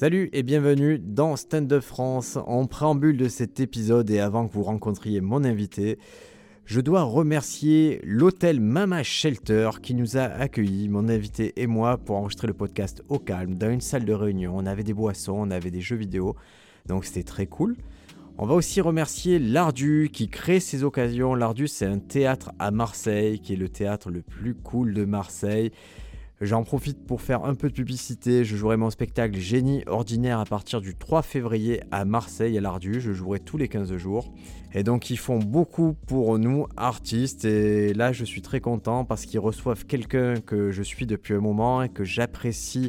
Salut et bienvenue dans Stand Up France. En préambule de cet épisode et avant que vous rencontriez mon invité, je dois remercier l'hôtel Mama Shelter qui nous a accueillis, mon invité et moi, pour enregistrer le podcast au calme, dans une salle de réunion. On avait des boissons, on avait des jeux vidéo, donc c'était très cool. On va aussi remercier l'Ardu qui crée ces occasions. L'Ardu, c'est un théâtre à Marseille, qui est le théâtre le plus cool de Marseille. J'en profite pour faire un peu de publicité. Je jouerai mon spectacle Génie ordinaire à partir du 3 février à Marseille, à l'Ardu. Je jouerai tous les 15 jours. Et donc, ils font beaucoup pour nous, artistes. Et là, je suis très content parce qu'ils reçoivent quelqu'un que je suis depuis un moment et que j'apprécie.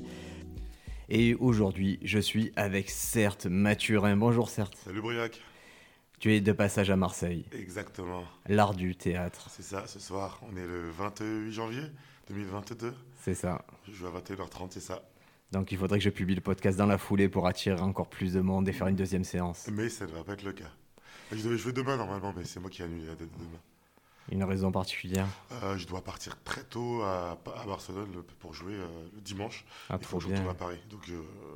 Et aujourd'hui, je suis avec Certes Mathurin. Bonjour Certes. Salut Briac. Tu es de passage à Marseille. Exactement. L'Ardu théâtre. C'est ça, ce soir. On est le 28 janvier 2022. C'est ça. Je joue à 21h30, c'est ça. Donc il faudrait que je publie le podcast dans la foulée pour attirer encore plus de monde et faire une deuxième séance. Mais ça ne va pas être le cas. Je devais jouer demain normalement, mais c'est moi qui ai annulé la date de demain. Une raison particulière? Je dois partir très tôt à Barcelone pour jouer le dimanche. Ah, Il faut que je retourne à Paris. Donc,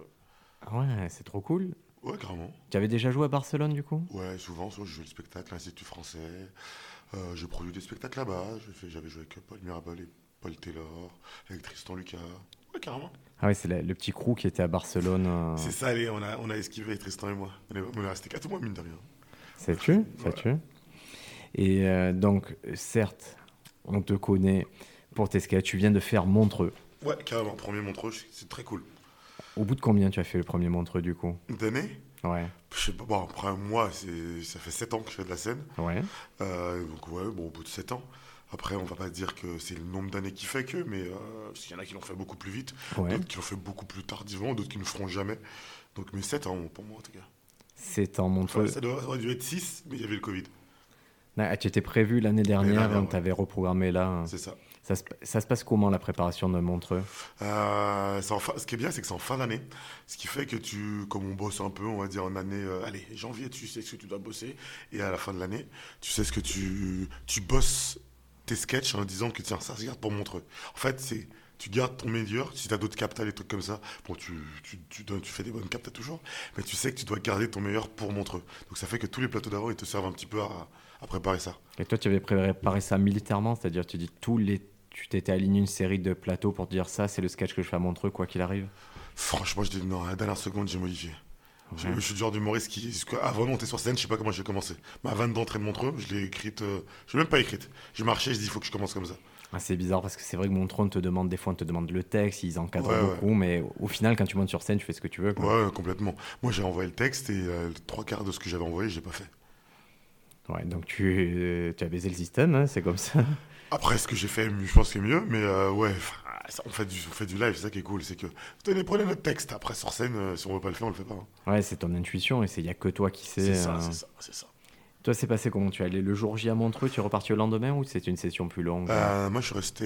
Ah ouais, c'est trop cool. ouais, carrément. Tu avais déjà joué à Barcelone du coup? Ouais, souvent, je joue le spectacle, l'Institut français. Je produis des spectacles là-bas. J'avais joué avec Paul Mirabel et Paul Taylor, avec Tristan Lucas. Ouais, carrément. Ah ouais, c'est le petit crew qui était à Barcelone. C'est ça, allez, on a esquivé Tristan et moi. On est resté 4 mois, mine de rien. Sais-tu? Voilà. Sais-tu? Et donc, certes, on te connaît pour tes sketchs. Tu viens de faire Montreux. Ouais, carrément. Premier Montreux, c'est très cool. Au bout de combien tu as fait le premier Montreux du coup? Une année? Ouais. Je sais pas, bon, après moi, ça fait 7 ans que je fais de la scène. Ouais. Donc ouais, bon, au bout de 7 ans. Après, on va pas dire que c'est le nombre d'années qui fait que, mais parce qu'il y en a qui l'ont fait beaucoup plus vite, Ouais. d'autres qui l'ont fait beaucoup plus tardivement, d'autres qui ne le feront jamais. Donc, mais 7 ans pour moi en tout cas. C'est en Montreux. Enfin, ça aurait dû être 6, mais il y avait le Covid. Ah, tu étais prévu l'année dernière, donc ouais. tu avais reprogrammé là. C'est ça. Ça se passe comment la préparation de Montreux? Ce qui est bien, c'est que c'est en fin d'année. Ce qui fait que comme on bosse un peu, on va dire en année, allez, janvier, tu sais ce que tu dois bosser. Et à la fin de l'année, tu sais ce que tu bosses tes sketchs en disant que tiens, ça se garde pour Montreux. En fait, tu gardes ton meilleur. Si tu as d'autres captas, des trucs comme ça, bon, tu fais des bonnes captas toujours. Mais tu sais que tu dois garder ton meilleur pour Montreux. Donc ça fait que tous les plateaux d'avant, ils te servent un petit peu à préparer ça. Et toi, tu avais préparé ça militairement, c'est-à-dire tu dis tu t'étais aligné une série de plateaux pour te dire ça, c'est le sketch que je fais à Montreux, quoi qu'il arrive. Franchement, je dis non, à la dernière seconde, j'ai modifié. Ouais. Je suis du genre d'humoriste avant de monter sur scène, je sais pas comment j'ai commencé. Ma vanne d'entrée de Montreux, je l'ai écrite, je l'ai même pas écrite. J'ai marché, je dis il faut que je commence comme ça. Ah, c'est bizarre parce que c'est vrai que Montreux, des fois, on te demande le texte, ils encadrent Ouais, beaucoup, mais au final, quand tu montes sur scène, tu fais ce que tu veux, quoi. Ouais, complètement. Moi, j'ai envoyé le texte et 3/4 de ce que j'avais envoyé, j'ai pas fait. Ouais, donc tu as baisé le système, hein, c'est comme ça. Après, ce que j'ai fait, je pense que c'est mieux, mais ouais, on fait du live, c'est ça qui est cool, c'est que prenez notre texte. Après, sur scène, si on veut pas le faire, on le fait pas. Hein. Ouais, c'est ton intuition et il n'y a que toi qui sais. C'est ça. Toi, c'est passé comment? Tu es allé le jour J à Montreux, tu es reparti le lendemain ou c'est une session plus longue? Moi, je suis resté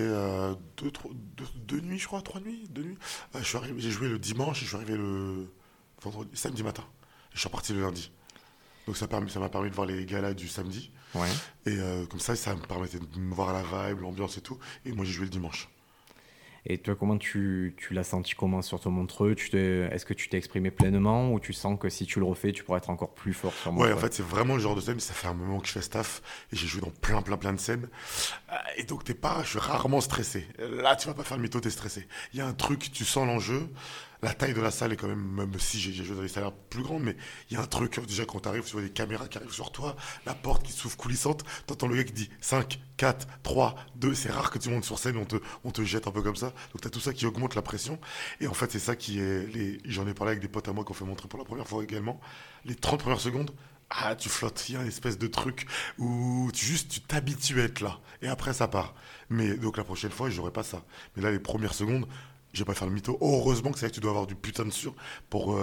2 nuits, je crois, 3 nuits, 2 nuits. J'ai joué le dimanche et je suis arrivé le samedi matin. Et je suis reparti le lundi. Donc ça m'a permis de voir les galas du samedi. Ouais. Et comme ça me permettait de me voir la vibe, l'ambiance et tout. Et moi, j'ai joué le dimanche. Et toi, comment tu l'as senti comment sur ton Montreux? Est-ce que tu t'es exprimé pleinement ou tu sens que si tu le refais, tu pourrais être encore plus fort sur Montreux? Ouais, en fait, c'est vraiment le genre de scène. Ça fait un moment que je fais staff et j'ai joué dans plein de scènes. Et donc, je suis rarement stressé. Là, tu vas pas faire le mytho, t'es stressé. Il y a un truc, tu sens l'enjeu. La taille de la salle est quand même si j'ai joué dans des salles plus grandes, mais il y a un truc, déjà quand t'arrives, tu vois des caméras qui arrivent sur toi, la porte qui s'ouvre coulissante, t'entends le gars qui dit 5, 4, 3, 2, c'est rare que tu montes sur scène, on te jette un peu comme ça, donc t'as tout ça qui augmente la pression, et en fait c'est ça qui est, j'en ai parlé avec des potes à moi qui ont fait Montreux pour la première fois également, les 30 premières secondes, tu flottes, il y a une espèce de truc où tu t'habitues à être là, et après ça part. Mais donc la prochaine fois, j'aurai pas ça. Mais là, les premières secondes, je vais pas faire le mytho. Heureusement que c'est vrai que tu dois avoir du putain de sûr pour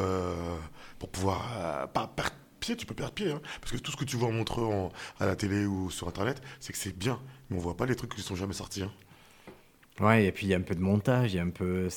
pouvoir pas perdre pied. Tu peux perdre pied, hein, parce que tout ce que tu vois en Montreux à la télé ou sur internet, c'est que c'est bien, mais on voit pas les trucs qui sont jamais sortis. Hein. Ouais, et puis il y a un peu de montage, il y a un peu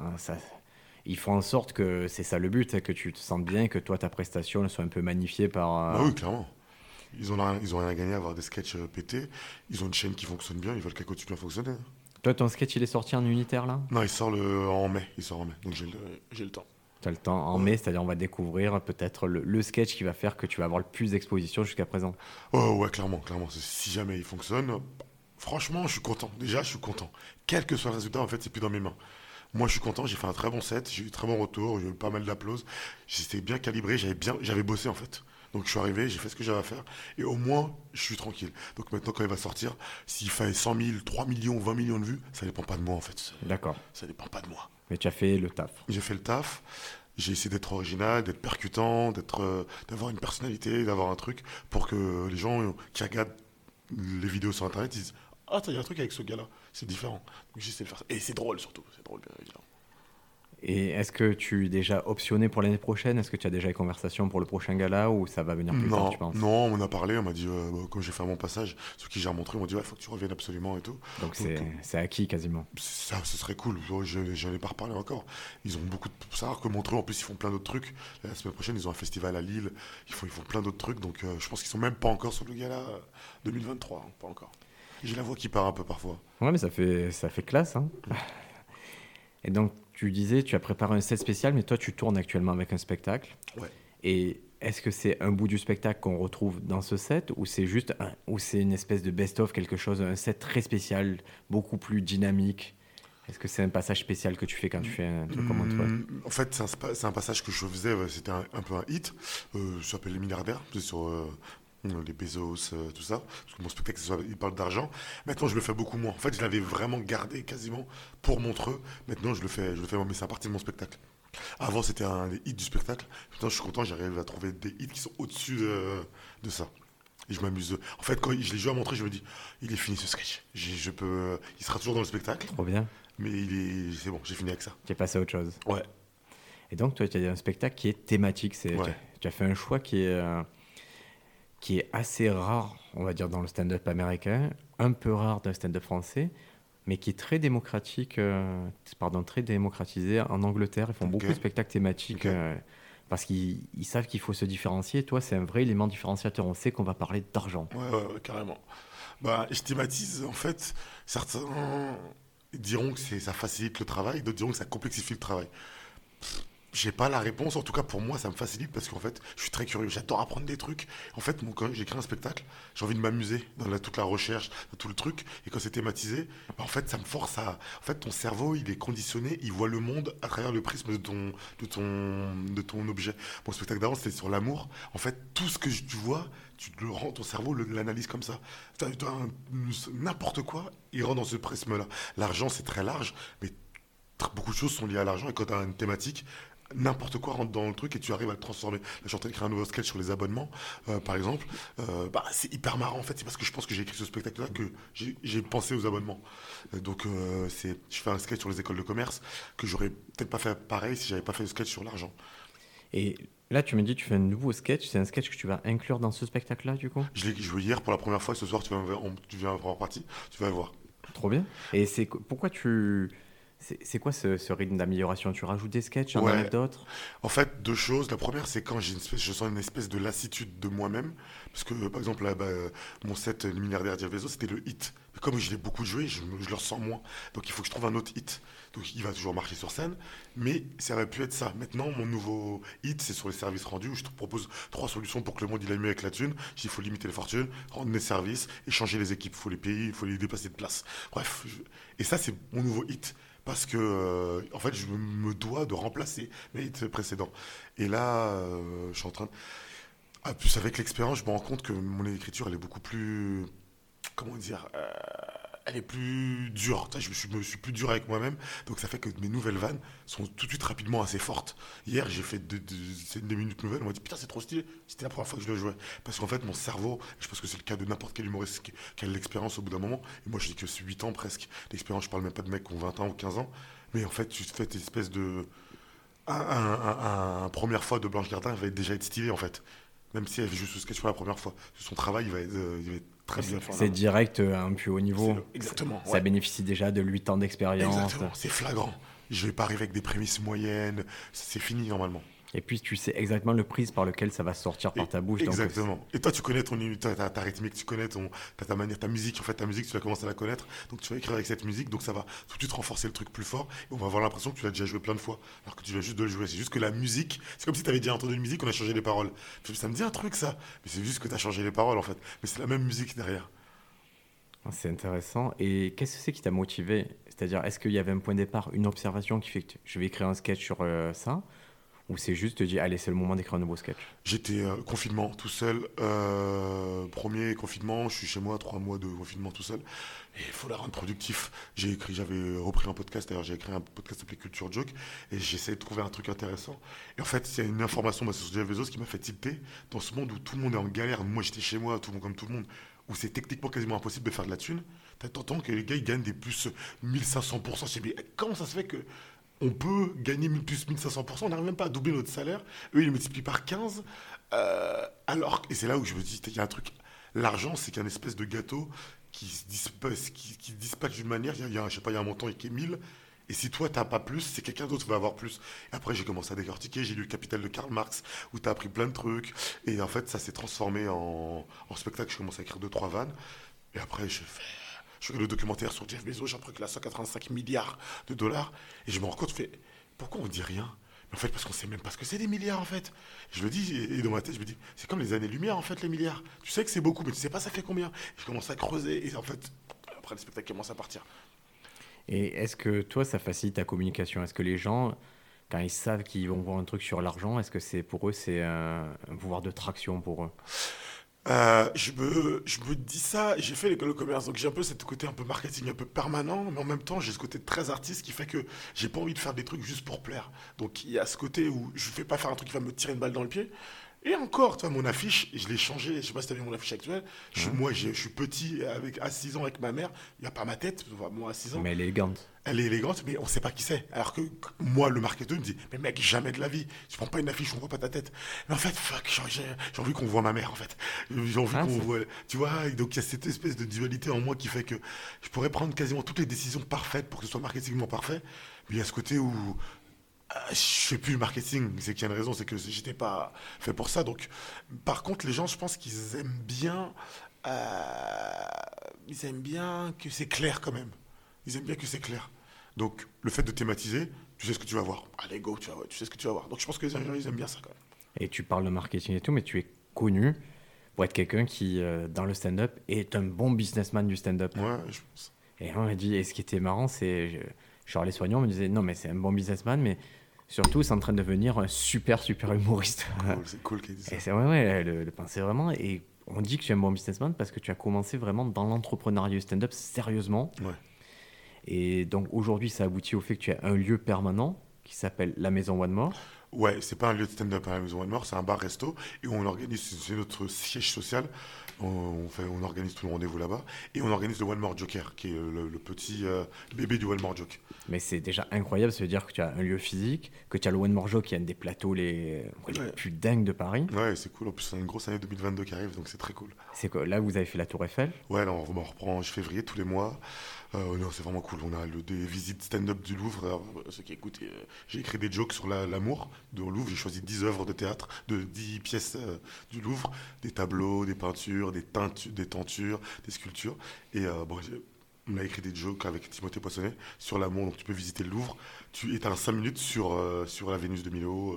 ils font en sorte que c'est ça le but, que tu te sentes bien, que toi ta prestation soit un peu magnifiée par. Bah oui, clairement. Ils ont rien à gagner à avoir des sketchs pétés. Ils ont une chaîne qui fonctionne bien. Ils veulent qu'elle continue à fonctionner. Toi, ton sketch, il est sorti en unitaire là? Non, il sort en mai. Donc j'ai le temps. Tu as le temps en mai, c'est-à-dire on va découvrir peut-être le sketch qui va faire que tu vas avoir le plus d'exposition jusqu'à présent. Ouais, clairement, clairement. Si jamais il fonctionne, franchement, je suis content. Déjà, je suis content. Quel que soit le résultat, en fait, c'est plus dans mes mains. Moi, je suis content. J'ai fait un très bon set. J'ai eu très bon retour. J'ai eu pas mal d'applaudissements. J'étais bien calibré. J'avais bossé, en fait. Donc, je suis arrivé, j'ai fait ce que j'avais à faire. Et au moins, je suis tranquille. Donc, maintenant, quand il va sortir, s'il fait 100 000, 3 millions, 20 millions de vues, ça dépend pas de moi, en fait. D'accord. Ça dépend pas de moi. Mais tu as fait le taf. J'ai fait le taf. J'ai essayé d'être original, d'être percutant, d'avoir une personnalité, d'avoir un truc pour que les gens qui regardent les vidéos sur Internet disent ah, il y a un truc avec ce gars-là, c'est différent. Donc j'essaie de faire ça. Et c'est drôle surtout, c'est drôle, bien évidemment. Et est-ce que tu es déjà optionné pour l'année prochaine? Est-ce que tu as déjà les conversations pour le prochain gala ou ça va venir plus tard, tu penses? Non, on en a parlé, on m'a dit, comme j'ai fait mon passage, ceux qui j'ai remontré m'ont dit, il faut que tu reviennes absolument et tout. Donc c'est acquis quasiment. Ça, ce serait cool, j'en ai pas reparlé encore. Ils ont beaucoup de savoir que Montreux, en plus, ils font plein d'autres trucs. La semaine prochaine, ils ont un festival à Lille, ils font plein d'autres trucs, donc je pense qu'ils sont même pas encore sur le gala 2023, hein, pas encore. J'ai la voix qui part un peu parfois. Ouais, mais ça fait classe, hein. Et donc, tu disais, tu as préparé un set spécial, mais toi, tu tournes actuellement avec un spectacle. Ouais. Et est-ce que c'est un bout du spectacle qu'on retrouve dans ce set ou c'est juste ou c'est une espèce de best-of, quelque chose, un set très spécial, beaucoup plus dynamique? Est-ce que c'est un passage spécial que tu fais quand tu fais un truc comme Montreux? En fait, c'est un passage que je faisais, c'était un peu un hit. Ça s'appelle Les Milliardaires, c'est sur les Bezos, tout ça. Parce que mon spectacle, il parle d'argent. Maintenant, je le fais beaucoup moins. En fait, je l'avais vraiment gardé quasiment pour Montreux. Maintenant, je le fais moins, mais c'est à partie de mon spectacle. Avant, c'était un des hits du spectacle. Maintenant, je suis content, j'arrive à trouver des hits qui sont au-dessus de ça. Et je m'amuse. En fait, quand je l'ai joué à Montreux, je me dis, il est fini ce sketch. Il sera toujours dans le spectacle, Trop bien. mais c'est bon, j'ai fini avec ça. Tu es passé à autre chose. Ouais. Et donc, toi, tu as un spectacle qui est thématique. Ouais. Tu as fait un choix qui est assez rare, on va dire, dans le stand-up américain, un peu rare dans le stand-up français, mais qui est très démocratique, très démocratisé en Angleterre. Ils font beaucoup de spectacles thématiques parce qu'ils savent qu'il faut se différencier. Toi, c'est un vrai élément différenciateur. On sait qu'on va parler d'argent. Ouais, carrément. Bah, je thématise, en fait, certains diront que ça facilite le travail, d'autres diront que ça complexifie le travail. J'ai pas la réponse, en tout cas pour moi ça me facilite parce qu'en fait je suis très curieux, j'adore apprendre des trucs. En fait, quand j'écris un spectacle, j'ai envie de m'amuser dans toute la recherche, dans tout le truc. Et quand c'est thématisé, bah, en fait ça me force à. En fait, ton cerveau il est conditionné, il voit le monde à travers le prisme de ton objet. Mon spectacle d'avant c'était sur l'amour. En fait, tout ce que tu vois, tu le rends, ton cerveau l'analyse comme ça. N'importe quoi, il rentre dans ce prisme-là. L'argent c'est très large, mais beaucoup de choses sont liées à l'argent et quand tu as une thématique, n'importe quoi rentre dans le truc et tu arrives à le transformer. Là, je suis en train d'écrire un nouveau sketch sur les abonnements, par exemple. C'est hyper marrant, en fait. C'est parce que je pense que j'ai écrit ce spectacle-là que j'ai pensé aux abonnements. Je fais un sketch sur les écoles de commerce que j'aurais peut-être pas fait pareil si j'avais pas fait le sketch sur l'argent. Et là, tu me dis, tu fais un nouveau sketch. C'est un sketch que tu vas inclure dans ce spectacle-là, du coup? Je l'ai joué hier pour la première fois et ce soir, tu viens voir partie, tu vas le voir. Trop bien. Et pourquoi c'est quoi ce rythme d'amélioration? Tu rajoutes des sketchs, en enlèves d'autres? En fait, deux choses. La première, c'est quand je sens une espèce de lassitude de moi-même. Parce que, par exemple, là, mon set Le Milliardaire Jeff Bezos, c'était le hit. Mais comme je l'ai beaucoup joué, je le ressens moins. Donc il faut que je trouve un autre hit. Donc il va toujours marcher sur scène. Mais ça aurait pu être ça. Maintenant, mon nouveau hit, c'est sur les services rendus, où je te propose 3 solutions pour que le monde il aille mieux avec la thune. Il faut limiter les fortunes, rendre les services, échanger les équipes. Il faut les payer, il faut les dépasser de place. Bref. Et ça, c'est mon nouveau hit. Parce que, en fait, je me dois de remplacer les hits précédents. Et là, je suis en train de. Ah, plus avec l'expérience, je me rends compte que mon écriture, elle est beaucoup plus. Comment dire elle est plus dure. Je me suis plus dur avec moi-même. Donc ça fait que mes nouvelles vannes sont tout de suite rapidement assez fortes. Hier, j'ai fait des minutes nouvelles. On m'a dit putain, c'est trop stylé. C'était la première fois que je le jouais. Parce qu'en fait, mon cerveau, je pense que c'est le cas de n'importe quel humoriste qui a de l'expérience au bout d'un moment. Et moi, je dis que c'est 8 ans presque. L'expérience, je parle même pas de mecs qui ont 20 ans ou 15 ans. Mais en fait, tu fais cette espèce de. Un première fois de Blanche Gardin va déjà être stylé en fait. Même si elle fait juste ce sketch pour la première fois. Son travail, il va être très bien fait. C'est direct à un plus haut niveau. Exactement. Ça bénéficie déjà de 8 ans d'expérience. Exactement, c'est flagrant. Je vais pas arriver avec des prémices moyennes. C'est fini normalement. Et puis tu sais exactement le prisme par lequel ça va sortir par ta bouche. Exactement. Et toi, tu connais ta rythmique, tu connais ta manière, ta musique. En fait, ta musique, tu vas commencer à la connaître. Donc, tu vas écrire avec cette musique. Donc, ça va tout de suite renforcer le truc plus fort. Et on va avoir l'impression que tu l'as déjà joué plein de fois. Alors que tu viens juste de le jouer. C'est juste que la musique, c'est comme si tu avais déjà entendu une musique, on a changé les paroles. Ça me dit un truc, ça. Mais c'est juste que tu as changé les paroles, en fait. Mais c'est la même musique derrière. C'est intéressant. Et qu'est-ce que c'est qui t'a motivé? C'est-à-dire, est-ce qu'il y avait un point de départ, une observation qui fait que je vais écrire un sketch sur ça? Ou c'est juste te dire, allez, c'est le moment d'écrire un nouveau sketch? J'étais confinement tout seul. Premier confinement, je suis chez moi, 3 mois de confinement tout seul. Et il faut la rendre productif. J'avais repris un podcast, d'ailleurs, j'ai écrit un podcast appelé Culture Joke. Et j'essaie de trouver un truc intéressant. Et en fait, il y a une information sur Jeff Bezos qui m'a fait tilter dans ce monde où tout le monde est en galère. Moi, j'étais chez moi, comme tout le monde, où c'est techniquement quasiment impossible de faire de la thune. T'entends que les gars, ils gagnent des plus 1500%. Je sais, mais comment ça se fait que on peut gagner plus 1500%, on n'arrive même pas à doubler notre salaire. Eux, ils le multiplient par 15. Et c'est là où je me dis, il y a un truc. L'argent, c'est qu'un espèce de gâteau qui se dispatche d'une manière. Je sais pas, il y a un montant qui est 1000. Et si toi, t'as pas plus, c'est quelqu'un d'autre qui va avoir plus. Et après, j'ai commencé à décortiquer. J'ai lu Le Capital de Karl Marx, où tu as appris plein de trucs. Et en fait, ça s'est transformé en spectacle. Je commence à écrire 2-3 vannes. Et après, je regarde le documentaire sur Jeff Bezos, j'ai appris qu'il a 185 milliards de dollars. Et je me rends compte, pourquoi on dit rien? Mais en fait, parce qu'on sait même pas ce que c'est des milliards, en fait. Je me dis, et dans ma tête, je me dis, c'est comme les années-lumière, en fait, les milliards. Tu sais que c'est beaucoup, mais tu sais pas ça fait combien. Et je commence à creuser, et en fait, après, le spectacle commence à partir. Et est-ce que toi, ça facilite ta communication? Est-ce que les gens, quand ils savent qu'ils vont voir un truc sur l'argent, est-ce que c'est pour eux, c'est un pouvoir de traction pour eux? Je me dis ça, j'ai fait l'école de commerce, donc j'ai un peu ce côté un peu marketing, un peu permanent, mais en même temps j'ai ce côté très artiste qui fait que j'ai pas envie de faire des trucs juste pour plaire. Donc il y a ce côté où je vais pas faire un truc qui va me tirer une balle dans le pied. Et encore, tu vois, mon affiche, je l'ai changée, je sais pas si tu as vu mon affiche actuelle. Je suis petit, à 6 ans avec ma mère, il n'y a pas ma tête, moi à 6 ans. Mais elle est élégante. Elle est élégante, mais on sait pas qui c'est. Alors que moi, le marketeur me dit, mais mec, jamais de la vie, tu prends pas une affiche, on voit pas ta tête. Mais en fait, fuck, j'ai envie qu'on voit ma mère, en fait. J'ai envie qu'on voit, tu vois, et donc il y a cette espèce de dualité en moi qui fait que je pourrais prendre quasiment toutes les décisions parfaites pour que ce soit marketingement parfait. Mais il y a ce côté où je fais plus le marketing, c'est qu'il y a une raison, c'est que j'étais pas fait pour ça. Donc, par contre, les gens, je pense qu'ils ils aiment bien que c'est clair quand même. Ils aiment bien que c'est clair. Donc, le fait de thématiser, tu sais ce que tu vas voir. Allez, go, tu sais ce que tu vas voir. Donc, je pense que les gens, ils aiment bien ça quand même. Et tu parles de marketing et tout, mais tu es connu pour être quelqu'un qui, dans le stand-up, est un bon businessman du stand-up. Ouais, je pense. Et on m'a dit, et ce qui était marrant, c'est, genre les soignants me disaient, non, mais c'est un bon businessman, mais surtout, c'est en train de devenir un super, super humoriste. Cool, c'est cool qu'il ait dit ça. Et c'est ouais, le penser vraiment. Et on dit que tu es un bon businessman parce que tu as commencé vraiment dans l'entrepreneuriat stand-up sérieusement. Ouais. Et donc aujourd'hui, ça aboutit au fait que tu as un lieu permanent qui s'appelle la Maison One More. Ouais, c'est pas un lieu de stand-up à la Maison One More, c'est un bar-resto et on organise, c'est notre siège social. On organise tout le rendez-vous là-bas et on organise le One More Joker, qui est le petit bébé du One More Joke. Mais c'est déjà incroyable, ça veut dire que tu as un lieu physique, que tu as le One More Joke qui est un des plateaux les plus dingues de Paris. Ouais, c'est cool. En plus, on a une grosse année 2022 qui arrive, donc c'est très cool. C'est quoi? Là, vous avez fait la Tour Eiffel? Ouais, là, on reprend en février tous les mois. Non, c'est vraiment cool. On a des visites stand-up du Louvre. Alors, ceux qui écoutent, j'ai écrit des jokes sur l'amour du Louvre. J'ai choisi 10 œuvres de théâtre, de 10 pièces du Louvre, des tableaux, des peintures, des tentures, des sculptures. Et on a écrit des jokes avec Timothée Poissonnet sur l'amour. Donc tu peux visiter le Louvre. Tu as 5 minutes sur la Vénus de Milo.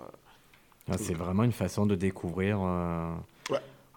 C'est vraiment une façon de découvrir. Ouais.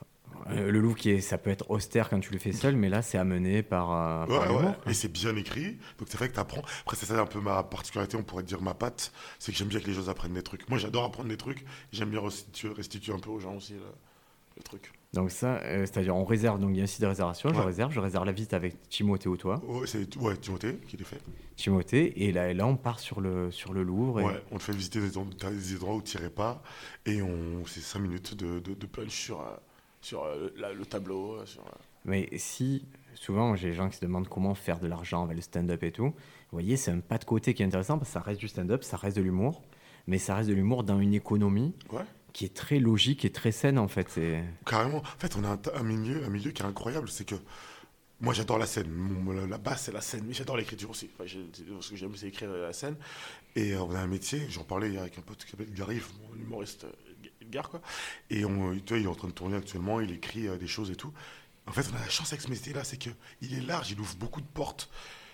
Le Louvre, ça peut être austère quand tu le fais seul, mais là, c'est amené par l'humour. Ouais. Et c'est bien écrit, donc c'est vrai que tu apprends. Après, c'est ça un peu ma particularité, on pourrait dire ma patte, c'est que j'aime bien que les gens apprennent des trucs. Moi, j'adore apprendre des trucs, j'aime bien restituer un peu aux gens aussi le truc. Donc ça, c'est-à-dire on réserve, donc il y a un site de réservation, je réserve la visite avec Timothée ou toi. C'est Timothée qui l'a fait. Timothée, et là on part sur le Louvre. Ouais, on te fait visiter des endroits où tu n'irais pas, et c'est 5 minutes de punch sur le tableau. Mais si, souvent j'ai des gens qui se demandent comment faire de l'argent avec le stand-up et tout, vous voyez, c'est un pas de côté qui est intéressant, parce que ça reste du stand-up, ça reste de l'humour, mais ça reste de l'humour dans une économie qui est très logique et très saine en fait. Carrément. En fait, on a un milieu qui est incroyable, c'est que Moi, j'adore la scène. La base, c'est la scène. Mais j'adore l'écriture aussi. Enfin, ce que j'aime, c'est écrire la scène. Et on a un métier. J'en parlais hier avec un pote qui s'appelle Gary, mon humoriste Edgar, quoi. Et tu vois, il est en train de tourner actuellement. Il écrit des choses et tout. En fait, on a la chance avec ce métier-là, c'est qu'il est large. Il ouvre beaucoup de portes.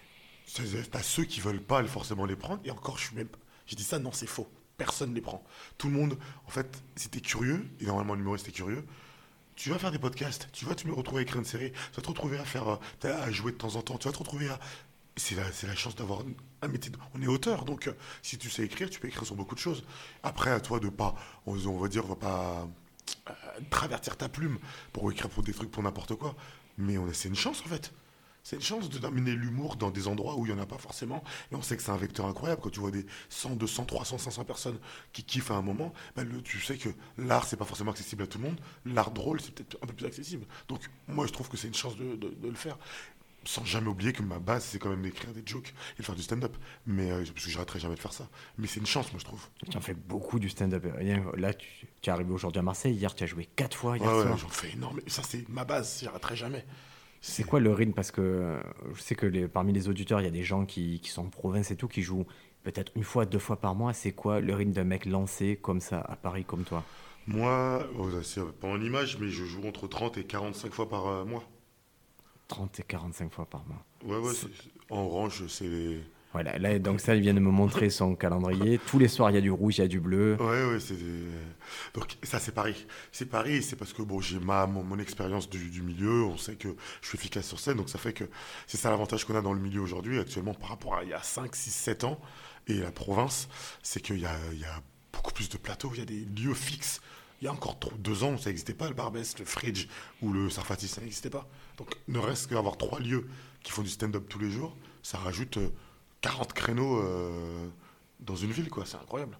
T'as ceux qui veulent pas forcément les prendre. Et encore, j'ai dit ça, non, c'est faux. Personne ne les prend. Tout le monde, en fait, si t'es curieux, et normalement l'humoriste est curieux, tu vas faire des podcasts, tu vas te retrouver à écrire une série, tu vas te retrouver à faire, à jouer de temps en temps, tu vas te retrouver à... C'est la chance d'avoir un métier. On est auteur, donc si tu sais écrire, tu peux écrire sur beaucoup de choses. Après, à toi de pas, on va dire, on va pas travertir ta plume pour écrire pour des trucs pour n'importe quoi. Mais c'est une chance en fait. C'est une chance d'amener l'humour dans des endroits où il n'y en a pas forcément. Et on sait que c'est un vecteur incroyable. Quand tu vois des 100, 200, 300, 500 personnes qui kiffent à un moment, bah tu sais que l'art, c'est pas forcément accessible à tout le monde. L'art drôle, c'est peut-être un peu plus accessible. Donc, moi, je trouve que c'est une chance de le faire. Sans jamais oublier que ma base, c'est quand même d'écrire des jokes et de faire du stand-up. Mais parce que j'arrêterai jamais de faire ça. Mais c'est une chance, moi, je trouve. Tu en fais beaucoup du stand-up. Là, tu es arrivé aujourd'hui à Marseille. Hier, tu as joué 4 fois. Hier Ouais, soir. j'en fais énormément. Ça, c'est ma base. J'arrêterai jamais. C'est quoi le rythme? Parce que je sais que parmi les auditeurs, il y a des gens qui sont en province et tout, qui jouent peut-être une fois, 2 fois par mois. C'est quoi le rythme d'un mec lancé comme ça à Paris, comme toi? Moi, c'est pas en image, mais je joue entre 30 et 45 fois par mois. 30 et 45 fois par mois. Ouais, en orange, c'est les... Voilà, là, donc ça, il vient de me montrer son calendrier. Tous les soirs, il y a du rouge, il y a du bleu. Ouais, c'est des... Donc ça, c'est Paris. C'est Paris, c'est parce que bon, j'ai mon expérience du milieu, on sait que je suis efficace sur scène, donc ça fait que c'est ça l'avantage qu'on a dans le milieu aujourd'hui, actuellement, par rapport à il y a 5, 6, 7 ans, et la province, c'est qu'il y a beaucoup plus de plateaux, il y a des lieux fixes. Il y a encore 2 ans, ça n'existait pas, le Barbès, le Fridge ou le Sarfati, ça n'existait pas. Donc ne reste qu'avoir 3 lieux qui font du stand-up tous les jours, ça rajoute 40 créneaux dans une ville, quoi. C'est incroyable.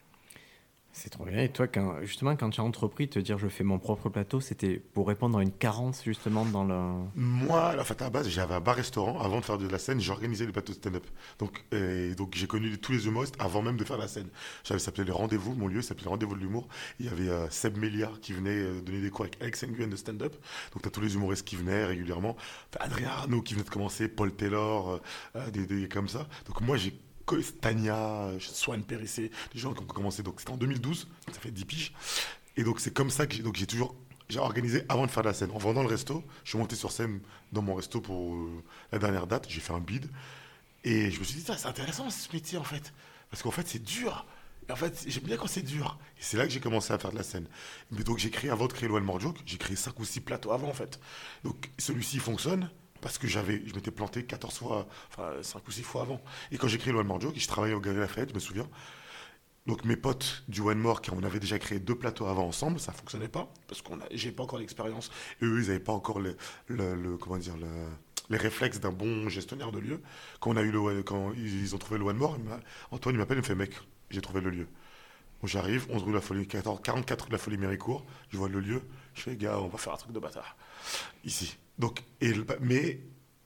C'est trop bien. Et toi, justement, quand tu as entrepris de te dire je fais mon propre plateau, c'était pour répondre à une carence, justement, dans le... Moi, en fait, à la base, j'avais un bar-restaurant. Avant de faire de la scène, j'organisais les plateaux de stand-up. Donc j'ai connu tous les humoristes avant même de faire la scène. Ça s'appelait les Rendez-vous. Mon lieu s'appelait les Rendez-vous de l'humour. Il y avait Seb Méliard qui venait donner des cours avec Alex Nguyen de stand-up. Donc tu as tous les humoristes qui venaient régulièrement. T'as Adrien Arnaud qui venait de commencer, Paul Taylor, des comme ça. Donc moi, j'ai Tania, Swan Périssé, des gens qui ont commencé. Donc c'était en 2012, ça fait 10 piges. Et donc c'est comme ça que j'ai organisé avant de faire la scène. En vendant le resto, je suis monté sur scène dans mon resto pour la dernière date. J'ai fait un bid. Et je me suis dit, c'est intéressant ce métier en fait. Parce qu'en fait, c'est dur. Et en fait, j'aime bien quand c'est dur. Et c'est là que j'ai commencé à faire de la scène. Mais donc j'ai créé, avant de créer l'One More Joke, j'ai créé 5 ou 6 plateaux avant en fait. Donc celui-ci fonctionne. Parce que je m'étais planté 14 fois, enfin 5 ou 6 fois avant. Et quand j'ai créé le One More Joke, je travaillais au Galerie Lafayette, je me souviens. Donc mes potes du One More, on avait déjà créé 2 plateaux avant ensemble, ça fonctionnait pas, parce que j'ai pas encore l'expérience. Et eux, ils n'avaient pas encore comment dire, les réflexes d'un bon gestionnaire de lieu. Quand ils ont trouvé le One More, Antoine il m'appelle, il me fait, mec, j'ai trouvé le lieu. Bon, j'arrive, 11 rue de la Folie, 44 rue de la Folie Méricourt, je vois le lieu, je fais, gars, on va faire un truc de bâtard. Ici. Donc, mais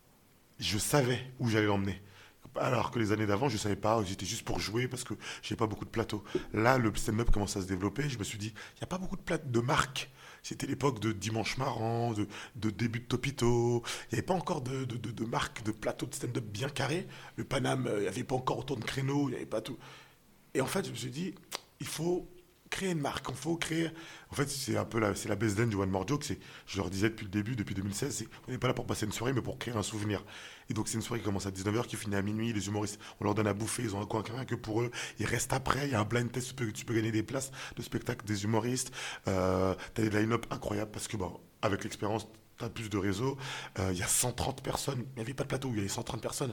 je savais où j'allais l'emmener. Alors que les années d'avant, je ne savais pas, j'étais juste pour jouer parce que j'ai pas beaucoup de plateaux. Là, le stand-up commence à se développer, je me suis dit, il n'y a pas beaucoup de marques. C'était l'époque de Dimanche Marrant, de début de Topito. Il n'y avait pas encore de marques, de plateaux de stand-up bien carrés. Le Paname, il n'y avait pas encore autant de créneaux, il n'y avait pas tout. Et en fait, je me suis dit, il faut créer une marque, il faut créer... En fait, c'est un peu c'est la baseline du One More Joke. Je leur disais depuis le début, depuis 2016, on n'est pas là pour passer une soirée, mais pour créer un souvenir. Et donc, c'est une soirée qui commence à 19h, qui finit à minuit. Les humoristes, on leur donne à bouffer, ils ont un coin que pour eux. Ils restent après, il y a un blind test, tu peux gagner des places de spectacle des humoristes. T'as des line-up incroyables parce que, bon, avec l'expérience, t'as plus de réseau. Il y a 130 personnes. Il n'y avait pas de plateau, il y avait 130 personnes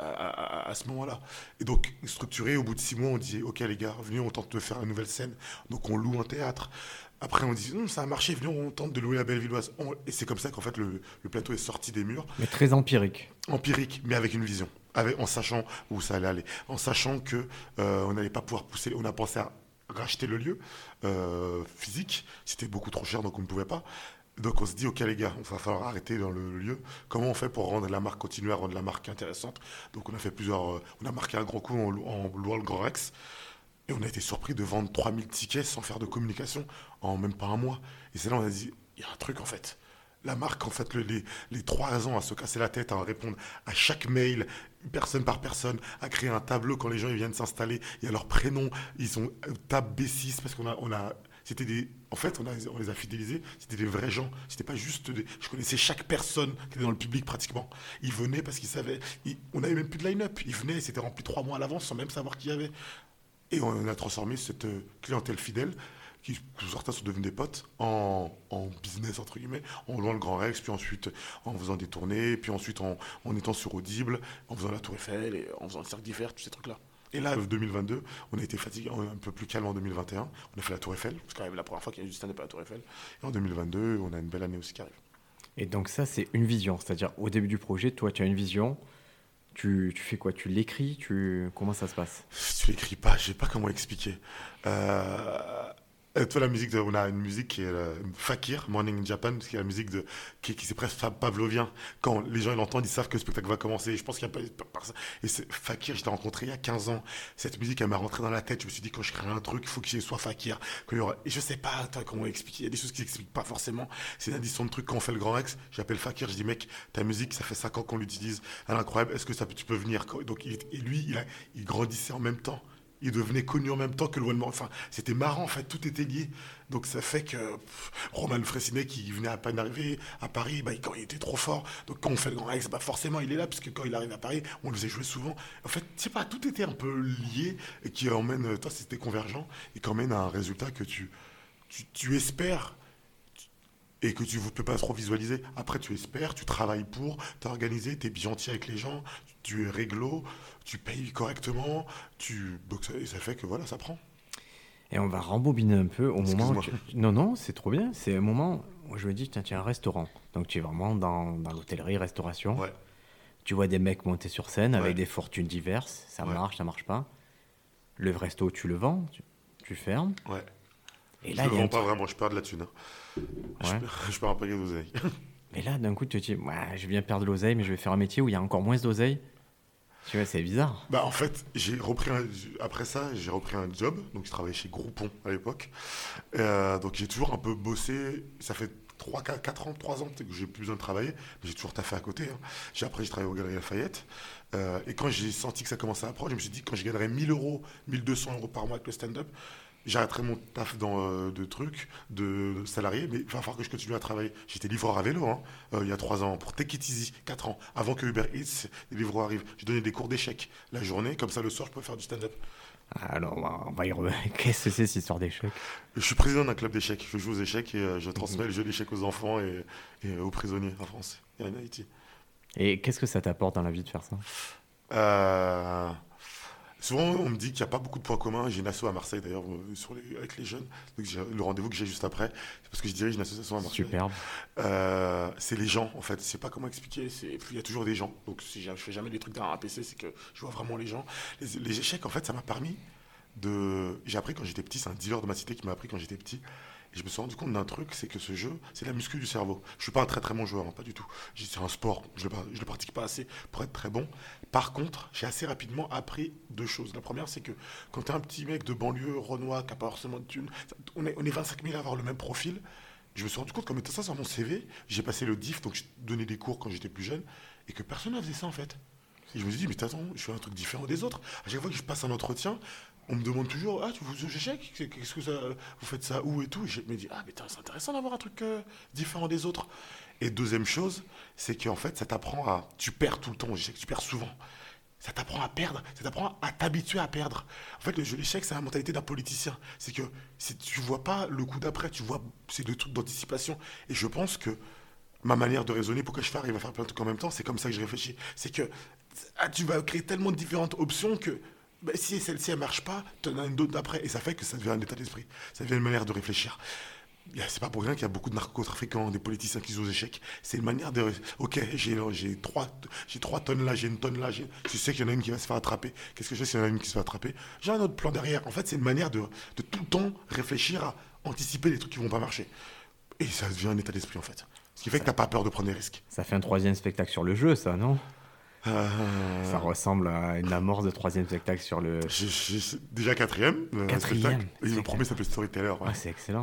à ce moment-là. Et donc, structuré, au bout de 6 mois, on dit, OK, les gars, venez, on tente de faire une nouvelle scène. Donc, on loue un théâtre. Après, on dit, ça a marché, venez, on tente de louer la Bellevilloise. Et c'est comme ça qu'en fait, le plateau est sorti des murs. Mais très empirique. Empirique, mais avec une vision. En sachant où ça allait aller. En sachant que on n'allait pas pouvoir pousser. On a pensé à racheter le lieu physique. C'était beaucoup trop cher, donc on ne pouvait pas. Donc on se dit, OK les gars, il va falloir arrêter dans le lieu. Comment on fait pour continuer à rendre la marque intéressante? Donc on a fait on a marqué un grand coup en louant le Grand Rex. Et on a été surpris de vendre 3000 tickets sans faire de communication en même pas un mois. Et c'est là on a dit, il y a un truc en fait. la marque, en fait, les 3 ans à se casser la tête, à répondre à chaque mail, personne par personne, à créer un tableau quand les gens ils viennent s'installer, il y a leur prénom, ils ont tab B6 parce c'était en fait, on les a fidélisés, c'était des vrais gens, c'était pas juste je connaissais chaque personne qui était dans le public pratiquement. Ils venaient parce qu'ils savaient, on n'avait même plus de line-up, ils venaient, c'était rempli 3 mois à l'avance sans même savoir qui y avait. Et on a transformé cette clientèle fidèle qui certains sont devenus des potes en business entre guillemets, en louant le Grand Rex, puis ensuite en faisant des tournées, puis ensuite en étant sur Audible, en faisant la Tour Eiffel et en faisant le Cirque d'Hiver, tous ces trucs-là. Et là, 2022, on a été fatigué, un peu plus calme en 2021. On a fait la Tour Eiffel, c'est quand même la première fois qu'il y a eu du stand-up à la Tour Eiffel. Et en 2022, on a une belle année aussi qui arrive. Et donc ça, c'est une vision. C'est-à-dire, au début du projet, toi, tu as une vision. Tu fais quoi? Tu l'écris? Comment ça se passe? Tu l'écris pas, je sais pas comment expliquer. Toi, la musique, on a une musique qui est Fakir, Morning in Japan, qui est la musique qui c'est presque pavlovien. Quand les gens l'entendent, ils savent que le spectacle va commencer. Je pense qu'il y a pas ça. Et Fakir, je l'ai rencontré il y a 15 ans. Cette musique, elle m'a rentré dans la tête. Je me suis dit, quand je crée un truc, il faut qu'il soit Fakir. Et je sais pas comment expliquer. Il y a des choses qui s'expliquent pas forcément. C'est une addition de trucs. Quand on fait le Grand Rex, j'appelle Fakir, je dis, mec, ta musique, ça fait 5 ans qu'on l'utilise. Elle est incroyable. Est-ce que tu peux venir? Donc, il grandissait en même temps. Il devenait connu en même temps que le One More. Enfin, c'était marrant, en fait, tout était lié. Donc ça fait que Roman Fressinet, qui venait à peine d'arriver à Paris, quand il était trop fort. Donc quand on fait le Grand Rex, forcément il est là, parce que quand il arrive à Paris, on le faisait jouer souvent. En fait, je sais pas, tout était un peu lié, et qui emmène, toi c'était convergent, et qui emmène à un résultat que tu espères, et que tu ne peux pas trop visualiser. Après, tu espères, tu travailles pour, tu es organisé, tu es gentil avec les gens, tu es réglo, tu payes correctement, donc ça fait que voilà, ça prend. Et on va rembobiner un peu au moment où Non, c'est trop bien. C'est un moment où je me dis, tiens, tu as un restaurant. Donc tu es vraiment dans l'hôtellerie, restauration. Ouais. Tu vois des mecs monter sur scène avec Ouais. des fortunes diverses. Ça Ouais. marche, ça marche pas. Le resto, tu le vends, tu fermes. Ouais. Et Je là, ne il y a un vends pas truc- vraiment, je perds de la thune. Ouais. Je perds un paquet d'oseille. Et là, d'un coup, tu te dis, ouais, je viens perdre de l'oseille, mais je vais faire un métier où il y a encore moins d'oseille. Tu vois, c'est bizarre. En fait, après ça, j'ai repris un job. Donc, je travaillais chez Groupon à l'époque. Donc, j'ai toujours un peu bossé. Ça fait 4 ans, 3 ans peut-être que j'ai plus besoin de travailler. Mais j'ai toujours taffé à côté. Hein. Après, j'ai travaillé aux Galeries Lafayette. Et quand j'ai senti que ça commençait à approcher, je me suis dit, quand je gagnerais 1 000 euros, 1 200 euros par mois avec le stand-up, j'arrêterai mon taf de trucs, de salarié, mais il va falloir que je continue à travailler. J'étais livreur à vélo il y a 3 ans, pour Take It Easy, 4 ans, avant que Uber Eats, les livreurs arrivent. J'ai donné des cours d'échecs la journée, comme ça le soir je pouvais faire du stand-up. Alors, on va y revenir. Qu'est-ce que c'est cette histoire d'échec? Je suis président d'un club d'échecs, je joue aux échecs et je transmets le jeu d'échecs aux enfants et aux prisonniers en France et en Haïti. Et qu'est-ce que ça t'apporte dans la vie de faire ça? Souvent, on me dit qu'il n'y a pas beaucoup de points communs. J'ai une asso à Marseille d'ailleurs avec les jeunes. Donc le rendez-vous que j'ai juste après, c'est parce que je dirige une association à Marseille. Superbe. C'est les gens en fait. Je sais pas comment expliquer. Il y a toujours des gens. Donc si je fais jamais des trucs derrière un PC, c'est que je vois vraiment les gens. Les échecs en fait, ça m'a permis J'ai appris quand j'étais petit. C'est un dealer de ma cité qui m'a appris quand j'étais petit. Et je me suis rendu compte d'un truc, c'est que ce jeu, c'est la muscu du cerveau. Je suis pas un très très bon joueur, pas du tout. C'est un sport, je le pratique pas assez pour être très bon. Par contre, j'ai assez rapidement appris 2 choses. La première, c'est que quand tu es un petit mec de banlieue, Renoir, qui n'a pas forcément de thunes, on est 25 000 à avoir le même profil. Je me suis rendu compte qu'en mettant ça sur mon CV, j'ai passé le DIF, donc je donnais des cours quand j'étais plus jeune, et que personne ne faisait ça en fait. Et je me suis dit, mais attends, je fais un truc différent des autres. À chaque fois que je passe un entretien, on me demande toujours, tu vous jouez aux échecs? Qu'est-ce que ça, vous faites ça où et tout? Et je me dis, mais c'est intéressant d'avoir un truc différent des autres. Et deuxième chose, c'est qu'en fait, ça t'apprend tu perds tout le temps aux échecs, tu perds souvent. Ça t'apprend à perdre, ça t'apprend à t'habituer à perdre. En fait, le jeu d'échecs, c'est la mentalité d'un politicien. C'est que tu vois pas le coup d'après, c'est des trucs d'anticipation. Et je pense que ma manière de raisonner, pourquoi je arrive à faire plein de trucs en même temps, c'est comme ça que je réfléchis. C'est que tu vas créer tellement de différentes options que si celle-ci elle marche pas, tu en as une autre d'après. Et ça fait que ça devient un état d'esprit. Ça devient une manière de réfléchir. C'est pas pour rien qu'il y a beaucoup de narcotrafiquants, des politiciens qui jouent aux échecs. C'est une manière de. Ok, j'ai 3 tonnes là, j'ai une tonne là. Je sais qu'il y en a une qui va se faire attraper. Qu'est-ce que je fais s'il y en a une qui se fait attraper? J'ai un autre plan derrière. En fait, c'est une manière de tout le temps réfléchir à anticiper les trucs qui vont pas marcher. Et ça devient un état d'esprit en fait. Ce qui fait que t'as pas peur de prendre des risques. Ça fait un 3e spectacle sur le jeu, ça, non? Ça ressemble à une amorce de 3e spectacle sur le... Déjà 4e. 4e. Et le premier s'appelait Storyteller. Ouais. C'est excellent.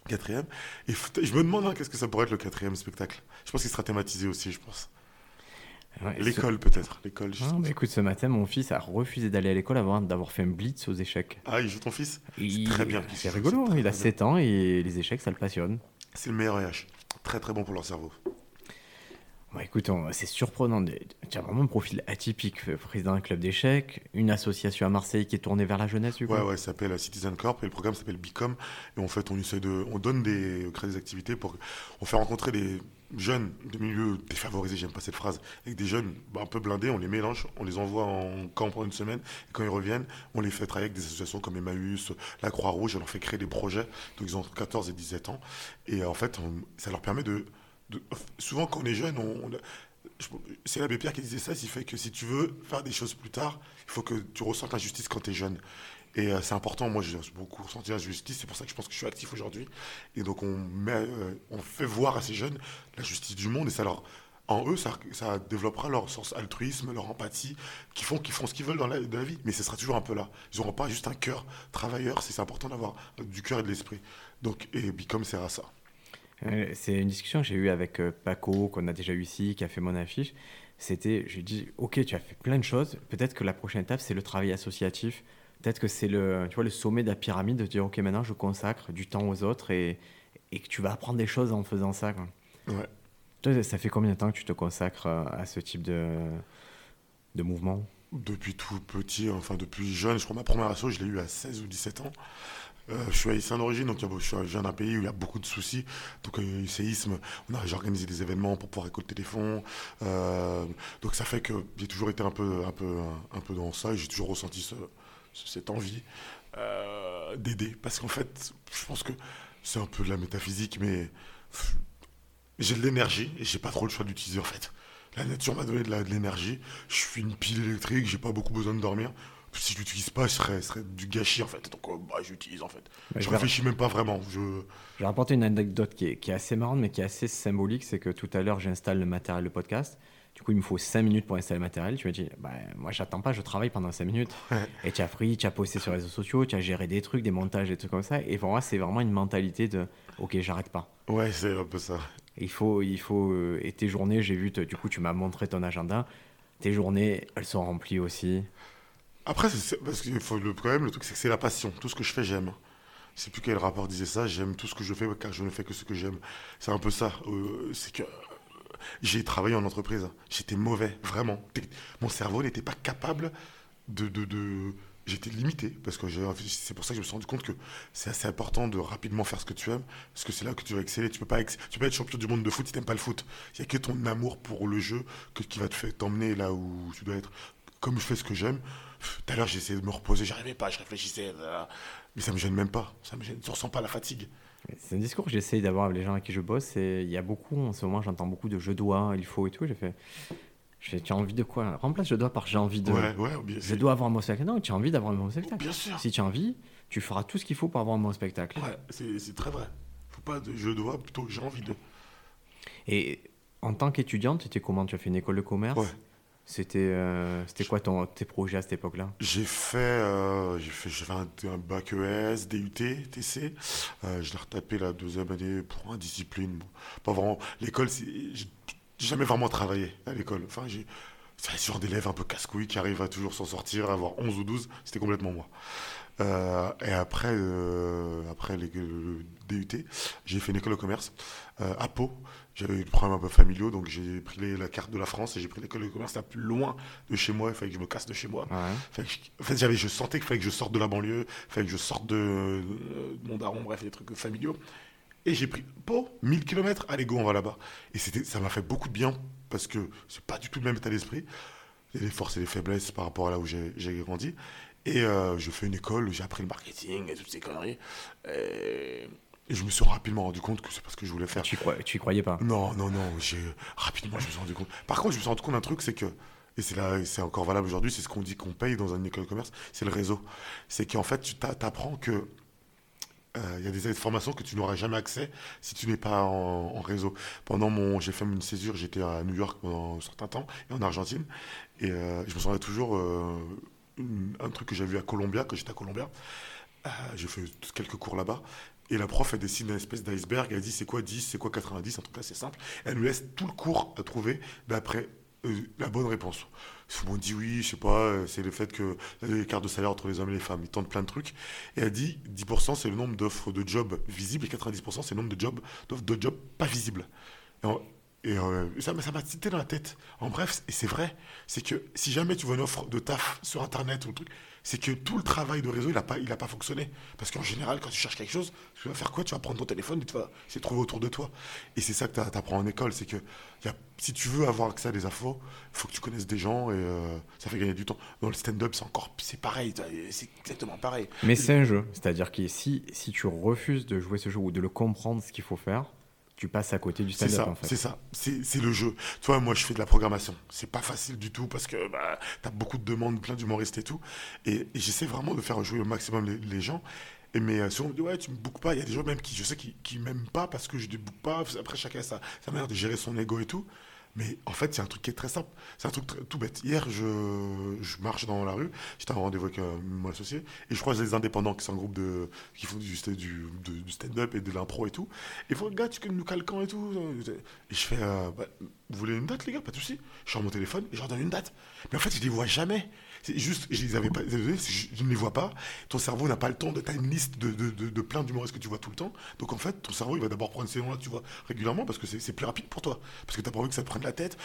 Quatrième. Et je me demande qu'est-ce que ça pourrait être le quatrième spectacle. Je pense qu'il sera thématisé aussi, je pense. Ouais, L'école peut-être. L'école, Ah, bah écoute, ce matin, mon fils a refusé d'aller à l'école avant d'avoir fait un blitz aux échecs. Ah, il joue ton fils? C'est très bien qu'il C'est joue, c'est rigolo, hein, très il a très bien. 7 ans et les échecs, ça le passionne. C'est le meilleur âge. Très très bon pour leur cerveau. Bah, écoute, c'est surprenant. Tu as vraiment un profil atypique. Président d'un club d'échecs, une association à Marseille qui est tournée vers la jeunesse, du Ouais, coup. ouais, ça s'appelle Citizen Corp et le programme s'appelle Bicom. Et en fait, on donne on crée des activités on fait rencontrer des jeunes de milieux défavorisés, j'aime pas cette phrase, avec des jeunes un peu blindés, on les mélange, on les envoie en camp pendant une semaine. Et quand ils reviennent, on les fait travailler avec des associations comme Emmaüs, la Croix-Rouge, on leur fait créer des projets. Donc ils ont entre 14 et 17 ans. Et en fait, ça leur permet souvent quand on est jeune, c'est l'abbé Pierre qui disait ça, il fait que si tu veux faire des choses plus tard, il faut que tu ressentes la justice quand tu es jeune. Et c'est important, moi j'ai beaucoup ressenti la justice, c'est pour ça que je pense que je suis actif aujourd'hui. Et donc on fait voir à ces jeunes la justice du monde et en eux, ça développera leur sens altruisme, leur empathie, qui font ce qu'ils veulent dans la vie. Mais ce sera toujours un peu là. Ils n'auront pas juste un cœur travailleur, c'est important d'avoir du cœur et de l'esprit. Donc, et Bicom sert à ça. C'est une discussion que j'ai eue avec Paco, qu'on a déjà eu ici, qui a fait mon affiche. Je lui dis, ok, tu as fait plein de choses. Peut-être que la prochaine étape, c'est le travail associatif. Peut-être que c'est tu vois, le sommet de la pyramide de dire, ok, maintenant je consacre du temps aux autres et que tu vas apprendre des choses en faisant ça, quoi. Ouais. Toi, ça fait combien de temps que tu te consacres à ce type de mouvement? Depuis tout petit, enfin depuis jeune, je crois ma première asso, je l'ai eu à 16 ou 17 ans. Je suis haïtien d'origine, donc je viens d'un pays où il y a beaucoup de soucis. Donc, il y a eu séisme, j'ai organisé des événements pour pouvoir récolter des fonds. Donc, ça fait que j'ai toujours été un peu dans ça et j'ai toujours ressenti cette envie d'aider. Parce qu'en fait, je pense que c'est un peu de la métaphysique, mais j'ai de l'énergie et j'ai pas trop le choix d'utiliser en fait. La nature m'a donné de l'énergie. Je suis une pile électrique, j'ai pas beaucoup besoin de dormir. Si je l'utilise pas, ce serait du gâchis en fait. Donc j'utilise en fait. Bah, Je réfléchis même pas vraiment. je vais rapporter une anecdote qui est assez marrante, mais qui est assez symbolique. C'est que tout à l'heure, j'installe le matériel de podcast. Du coup, il me faut 5 minutes pour installer le matériel. Tu m'as dit, bah, moi, j'attends pas, je travaille pendant 5 minutes. Et tu as pris, tu as posté sur les réseaux sociaux, tu as géré des trucs, des montages, des trucs comme ça. Et pour moi, c'est vraiment une mentalité de, ok, j'arrête pas. Ouais, c'est un peu ça. Et tes journées, j'ai vu, du coup, tu m'as montré ton agenda. Tes journées, elles sont remplies aussi. Après, parce que quand même, le truc, c'est que c'est la passion. Tout ce que je fais, j'aime. Je sais plus quel rapport disait ça. J'aime tout ce que je fais car je ne fais que ce que j'aime. C'est un peu ça. C'est que j'ai travaillé en entreprise. J'étais mauvais, vraiment. Mon cerveau n'était pas capable de. J'étais limité parce que c'est pour ça que je me suis rendu compte que c'est assez important de rapidement faire ce que tu aimes parce que c'est là que tu vas exceller. Tu peux pas être champion du monde de foot si t'aimes pas le foot. Il y a que ton amour pour le jeu qui va t'emmener là où tu dois être. Comme je fais ce que j'aime, tout à l'heure j'ai essayé de me reposer, j'arrivais pas, je réfléchissais, mais ça me gêne même pas. Ça me gêne, je ressens pas la fatigue. C'est un discours que j'essaye d'avoir avec les gens avec qui je bosse. Et il y a beaucoup, en ce moment, j'entends beaucoup de je dois, il faut et tout. Tu as envie de quoi? Remplace je dois par j'ai envie de. Ouais, ouais, Je dois avoir un bon spectacle. Non, tu as envie d'avoir un bon spectacle. bien sûr. Si tu as envie, tu feras tout ce qu'il faut pour avoir un bon spectacle. Ouais, c'est très vrai. Faut pas je dois, plutôt que j'ai envie de. Et en tant qu'étudiante, tu étais comment? Tu as fait une école de commerce? Ouais. C'était quoi tes projets à cette époque-là? J'avais un bac ES, DUT, TC. Je l'ai retapé la deuxième année pour une discipline. Bon, pas vraiment. L'école, j'ai jamais vraiment travaillé à l'école. Enfin, c'est ce genre d'élève un peu casse-couille qui arrive à toujours s'en sortir, à avoir 11 ou 12. C'était complètement moi. Et après le DUT, j'ai fait une école de commerce à Pau. J'avais eu des problèmes un peu familiaux, donc j'ai pris la carte de la France et j'ai pris l'école de commerce la plus loin de chez moi. Il fallait que je me casse de chez moi. Ouais. En fait, je sentais qu'il fallait que je sorte de la banlieue, il fallait que je sorte de mon daron, bref, des trucs familiaux. Et j'ai pris Pau, 1000 km, allez go, on va là-bas. Et ça m'a fait beaucoup de bien parce que c'est pas du tout le même état d'esprit. Il y a les forces et les faiblesses par rapport à là où j'ai grandi. Et je fais une école, j'ai appris le marketing et toutes ces conneries. Et je me suis rapidement rendu compte que c'est pas ce que je voulais faire. Tu y croyais pas? Non. Rapidement, je me suis rendu compte. Par contre, je me suis rendu compte d'un truc, c'est que, et c'est encore valable aujourd'hui, c'est ce qu'on dit qu'on paye dans une école de commerce, c'est le réseau. C'est qu'en fait, tu t'apprends que il y a des formations que tu n'auras jamais accès si tu n'es pas en réseau. J'ai fait une césure, j'étais à New York pendant un certain temps, et en Argentine, et je me souviens toujours un truc que j'ai vu à Colombia, quand j'étais à Colombia. J'ai fait quelques cours là-bas. Et la prof, elle dessine une espèce d'iceberg. Elle dit c'est quoi 10, c'est quoi 90, un truc assez simple. Elle nous laisse tout le cours à trouver d'après la bonne réponse. On dit oui, je sais pas, c'est le fait que l'écart de salaire entre les hommes et les femmes, ils tentent plein de trucs. Et elle dit 10% c'est le nombre d'offres de jobs visibles et 90% c'est le nombre d'offres de jobs pas visibles. Ça m'a cité dans la tête. En bref, et c'est vrai, c'est que si jamais tu vois une offre de taf sur Internet ou un truc, c'est que tout le travail de réseau, il a pas fonctionné. Parce qu'en général, quand tu cherches quelque chose, tu vas faire quoi? Tu vas prendre ton téléphone et tu vas essayer de trouver autour de toi. Et c'est ça que tu apprends en école, c'est que si tu veux avoir accès à des infos, il faut que tu connaisses des gens et ça fait gagner du temps. Dans le stand-up, c'est pareil, c'est exactement pareil. Mais c'est un jeu, c'est-à-dire que si tu refuses de jouer ce jeu ou de le comprendre ce qu'il faut faire, tu passes à côté du C'est stand-up ça, en fait. c'est ça, c'est le jeu. Tu vois, moi je fais de la programmation. C'est pas facile du tout parce que t'as beaucoup de demandes, plein d'humoristes et tout. Et j'essaie vraiment de faire jouer au maximum les gens. Mais souvent on me dit ouais tu me bookes pas. Il y a des gens même je sais qui m'aiment pas parce que je ne book pas. Après chacun a sa manière de gérer son ego et tout. Mais en fait, c'est un truc qui est très simple. C'est un truc tout bête. Hier, je marche dans la rue. J'étais en rendez-vous avec mon associé. Et je croise les indépendants, qui sont un groupe qui font du stand-up et de l'impro et tout. Et ils font, gars, tu nous cales quand et tout. Et je fais, vous voulez une date, les gars? Pas de souci. Je sors mon téléphone et je leur donne une date. Mais en fait, je les vois jamais. C'est juste, je les avais pas, désolé, je ne les vois pas. Ton cerveau n'a pas le temps de. T'as une liste de plein d'humoristes que tu vois tout le temps. Donc en fait, ton cerveau, il va d'abord prendre ces noms-là que tu vois régulièrement parce que c'est plus rapide pour toi. Parce que t'as pas envie que ça te prenne la tête.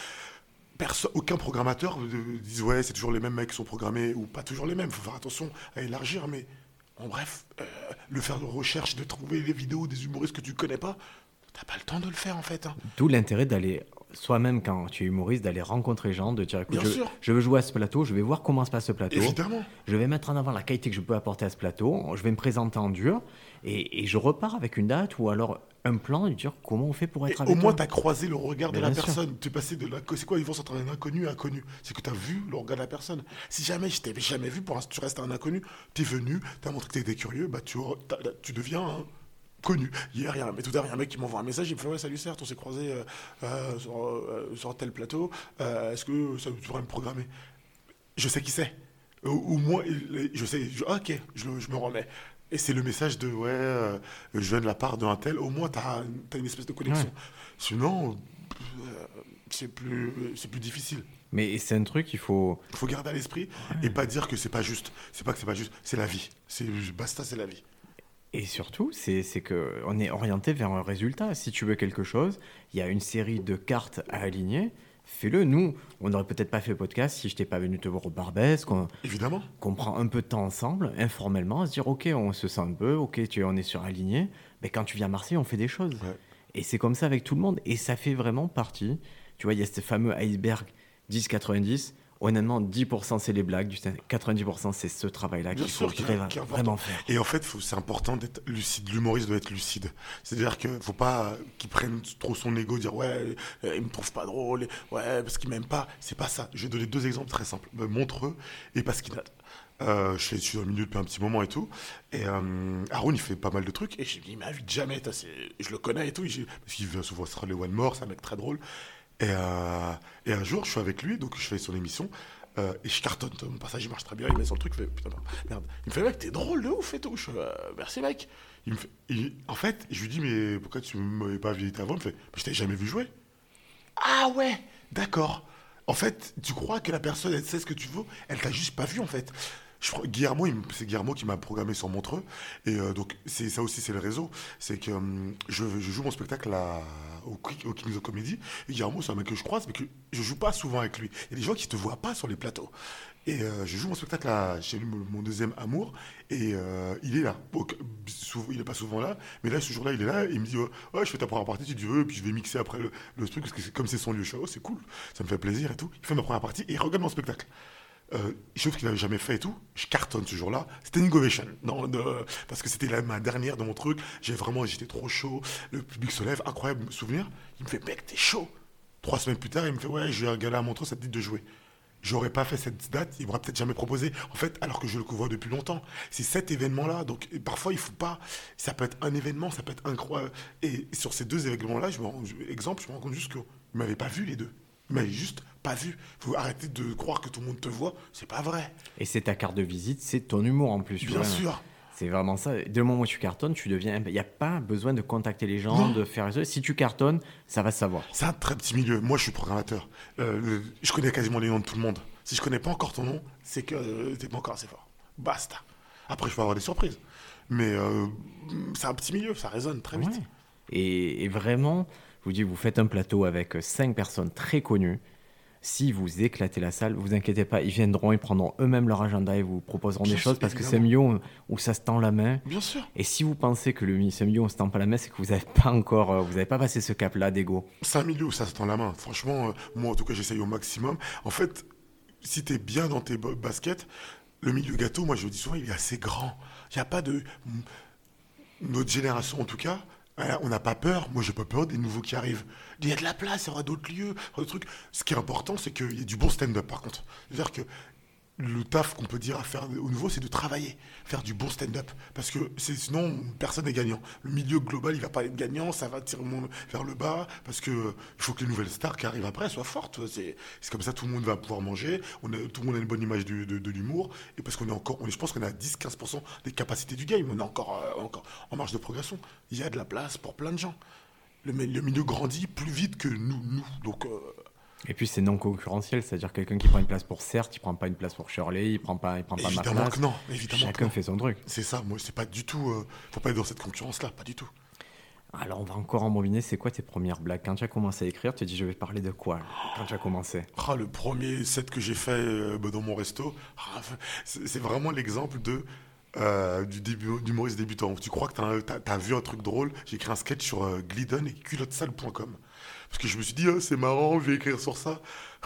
Aucun programmateur dise ouais, c'est toujours les mêmes mecs qui sont programmés ou pas toujours les mêmes. Faut faire attention à élargir, mais en bref, le faire de recherche, de trouver les vidéos des humoristes que tu connais pas, t'as pas le temps de le faire en fait. Hein. D'où l'intérêt d'aller soi-même quand tu es humoriste, d'aller rencontrer les gens, de dire écoute, je veux jouer à ce plateau, je vais voir comment se passe ce plateau. Évidemment. Je vais mettre en avant la qualité que je peux apporter à ce plateau, je vais me présenter en dur et je repars avec une date ou alors un plan et dire comment on fait pour être avec toi. Au moins, toi. tu as croisé le regard de la personne. Tu es passé de c'est quoi, ils vont s'entendre un inconnu à inconnu. C'est que tu as vu le regard de la personne. Si jamais je t'avais jamais vu, tu restes un inconnu, tu es venu, tu as montré que tu étais curieux, tu deviens connu. Hier, il y a un mec qui m'envoie un message, il me fait ouais, salut Certes, on s'est croisés sur tel plateau, est-ce que tu pourrais me programmer? Je sais qui c'est. Ou moi, je sais, ok, je me remets. Et c'est le message de ouais, je viens de la part d'un tel, au moins t'as une espèce de connexion. Ouais. Sinon, c'est plus difficile. Mais c'est un truc qu'il faut garder à l'esprit et pas dire que c'est pas juste. C'est pas que c'est pas juste, c'est la vie. Basta, c'est la vie. Et surtout, c'est qu'on est orienté vers un résultat. Si tu veux quelque chose, il y a une série de cartes à aligner. Fais-le. Nous, on n'aurait peut-être pas fait le podcast si je n'étais pas venu te voir au Barbès. Évidemment. Qu'on prend un peu de temps ensemble, informellement, à se dire ok, on se sent un peu, ok, on est suraligné. Mais quand tu viens à Marseille, on fait des choses. Ouais. Et c'est comme ça avec tout le monde. Et ça fait vraiment partie. Tu vois, il y a ce fameux iceberg 10-90. Honnêtement, 10% c'est les blagues, 90% c'est ce travail-là qu'il faut vraiment faire. Et en fait, c'est important d'être lucide. L'humoriste doit être lucide. C'est-à-dire qu'il ne faut pas qu'il prenne trop son ego, dire ouais, il me trouve pas drôle, ouais, parce qu'il m'aime pas. C'est pas ça. Je vais donner 2 exemples très simples. Montreux et Pasquinade. Je suis dans le milieu depuis un petit moment et tout. Et Haroun, il fait pas mal de trucs. Et je me dis, mais vite jamais, je le connais et tout. Parce qu'il vient souvent se les One More, c'est un mec très drôle. Et un jour, je suis avec lui, donc je fais son émission, et je cartonne. Mon passage, il marche très bien, il met sur le truc, il fait putain, merde. Il me fait, mec, t'es drôle de ouf et tout. Je fais, merci, mec. En fait, je lui dis, mais pourquoi tu m'avais pas invité avant? Il me fait, je t'avais jamais vu jouer. Ah ouais, d'accord. En fait, tu crois que la personne, elle sait ce que tu veux, elle t'a juste pas vu, en fait. C'est Guillermo qui m'a programmé sur Montreux. Et donc, ça aussi, c'est le réseau. C'est que je joue mon spectacle au Kings of Comedy. Et Guillermo, c'est un mec que je croise, mais que je joue pas souvent avec lui. Il y a des gens qui te voient pas sur les plateaux. Et je joue mon spectacle chez lui, mon deuxième amour. Et il est là. Donc, il est pas souvent là. Mais là, ce jour-là, il est là. Et il me dit, ouais, je fais ta première partie, si tu veux. Et puis je vais mixer après le truc. Parce que comme c'est son lieu, c'est cool. Ça me fait plaisir et tout. Il fait ma première partie et il regarde mon spectacle. Chose qu'il n'avait jamais fait et tout, je cartonne ce jour-là. C'était une ovation, parce que c'était ma dernière de mon truc. J'étais trop chaud. Le public se lève, incroyable souvenir. Il me fait, mec, t'es chaud. 3 semaines plus tard, il me fait, ouais, j'ai un gala à Montreux, ça te dit de jouer. J'aurais pas fait cette date, il m'aurait peut-être jamais proposé. En fait, alors que je le couvre depuis longtemps. C'est cet événement-là. Donc, parfois, il faut pas. Ça peut être un événement, ça peut être incroyable. Et sur ces 2 événements-là, je me rends compte juste qu'ils ne m'avaient pas vu les 2. Ils m'avaient juste pas vu. Faut arrêter de croire que tout le monde te voit. C'est pas vrai. Et c'est ta carte de visite, c'est ton humour en plus. Bien sûr. C'est vraiment ça. Dès le moment où tu cartonnes, tu deviens. Il n'y a pas besoin de contacter les gens, Non, de faire. Si tu cartonnes, ça va se savoir. c'est un très petit milieu. Moi, je suis programmateur. Je connais quasiment les noms de tout le monde. Si je connais pas encore ton nom, c'est que t'es pas encore assez fort. Basta. Après, je peux avoir des surprises. Mais c'est un petit milieu, ça résonne très Ouais. vite. Et vraiment, je vous dis, vous faites un plateau avec 5 personnes très connues. Si vous éclatez la salle, vous inquiétez pas, ils viendront, ils prendront eux-mêmes leur agenda et vous proposeront des Bien sûr, choses parce que c'est un évidemment. milieu où ça se tend la main. Bien sûr. Et si vous pensez que c'est un milieu où on se tend pas la main, c'est que vous n'avez pas encore, vous n'avez pas passé ce cap-là d'ego. C'est un milieu où ça se tend la main. Franchement, moi, en tout cas, j'essaye au maximum. En fait, si t'es bien dans tes baskets, le milieu gâteau, moi, je le dis souvent, il est assez grand. Il n'y a pas de... Notre génération, en tout cas, on n'a pas peur. Moi, j'ai pas peur des nouveaux qui arrivent. Il y a de la place, il y aura d'autres lieux, il y aura d'autres trucs. Ce qui est important, c'est qu'il y ait du bon stand-up, par contre. C'est-à-dire que le taf qu'on peut dire à faire au nouveau, c'est de travailler, faire du bon stand-up. Parce que sinon, personne n'est gagnant. Le milieu global, il va pas être gagnant, ça va tirer le monde vers le bas, parce que il faut que les nouvelles stars qui arrivent après soient fortes. C'est comme ça, tout le monde va pouvoir manger, tout le monde a une bonne image de l'humour, et parce qu'on est encore, je pense qu'on est à 10-15% des capacités du game, on est encore en marge de progression. Il y a de la place pour plein de gens. Le milieu grandit plus vite que nous. Donc, Et puis c'est non concurrentiel, c'est-à-dire quelqu'un qui prend une place pour Certes, il prend pas une place pour Shirley, il prend pas ma évidemment place. que non, évidemment que Chacun non. fait son truc. C'est ça, moi, c'est pas du tout. Faut pas être dans cette concurrence-là, pas du tout. Alors on va encore embobiner, c'est quoi tes premières blagues? Quand tu as commencé à écrire, tu te dis je vais parler de quoi quand tu as commencé? Ah, le premier set que j'ai fait dans mon resto, c'est vraiment l'exemple du début, d'humoriste débutant. Tu crois que t'as vu un truc drôle. J'ai écrit un sketch sur Glidden et culottesale.com. Parce que je me suis dit, ah, c'est marrant, je vais écrire sur ça.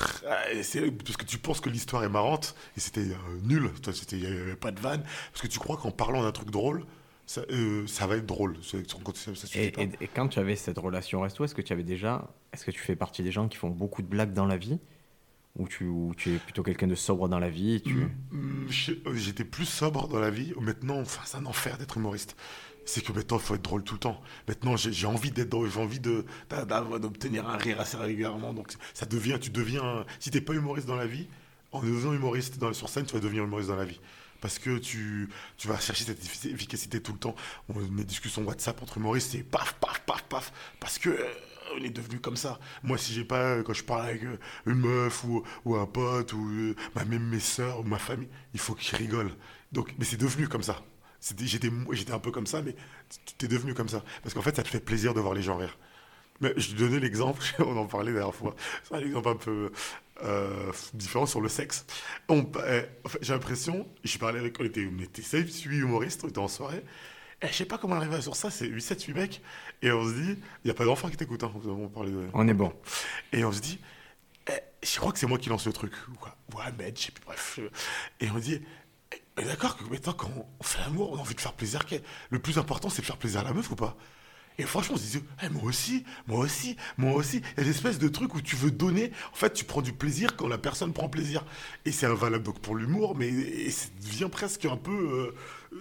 Parce que tu penses que l'histoire est marrante et c'était nul. Il n'y avait pas de vanne. Parce que tu crois qu'en parlant d'un truc drôle, ça va être drôle. Ça suffit pas. Et quand tu avais cette relation resto, est-ce que tu fais partie des gens qui font beaucoup de blagues dans la vie? Ou tu es plutôt quelqu'un de sobre dans la vie et J'étais plus sobre dans la vie. Maintenant, enfin, c'est un enfer d'être humoriste. C'est que maintenant, il faut être drôle tout le temps. Maintenant, j'ai envie d'être drôle, j'ai envie d'obtenir un rire assez régulièrement. Donc, tu deviens, si t'es pas humoriste dans la vie, en devenant humoriste sur scène, tu vas devenir humoriste dans la vie. Parce que tu vas chercher cette efficacité tout le temps. Mes discussions WhatsApp entre humoristes, c'est paf, paf, paf, paf. Parce que on est devenu comme ça. Moi, si j'ai pas, quand je parle avec une meuf ou un pote, ou même mes sœurs ou ma famille, il faut qu'ils rigolent. Donc, mais c'est devenu comme ça. J'étais un peu comme ça, mais t'es devenu comme ça. Parce qu'en fait, ça te fait plaisir de voir les gens rire. Mais je te donnais l'exemple, on en parlait la dernière fois. C'est un exemple un peu différent sur le sexe. En fait, j'ai l'impression, je parlais avec, on était 7, 8 humoristes, on était en soirée. Et je sais pas comment on arrive sur ça, c'est 8 mecs. Et on se dit, il n'y a pas d'enfants qui t'écoutent, hein, on parlait de... on est bon. Et on se dit, je crois que c'est moi qui lance le truc. Ou Ahmed, je sais plus, bref. Et on dit, d'accord que maintenant, quand on fait l'amour, on a envie de faire plaisir. Le plus important, c'est de faire plaisir à la meuf ou pas? Et franchement, on se disait, moi aussi, moi aussi, moi aussi. Il y a des espèces de trucs où tu veux donner. En fait, tu prends du plaisir quand la personne prend plaisir. Et c'est valable donc pour l'humour, mais ça devient presque un peu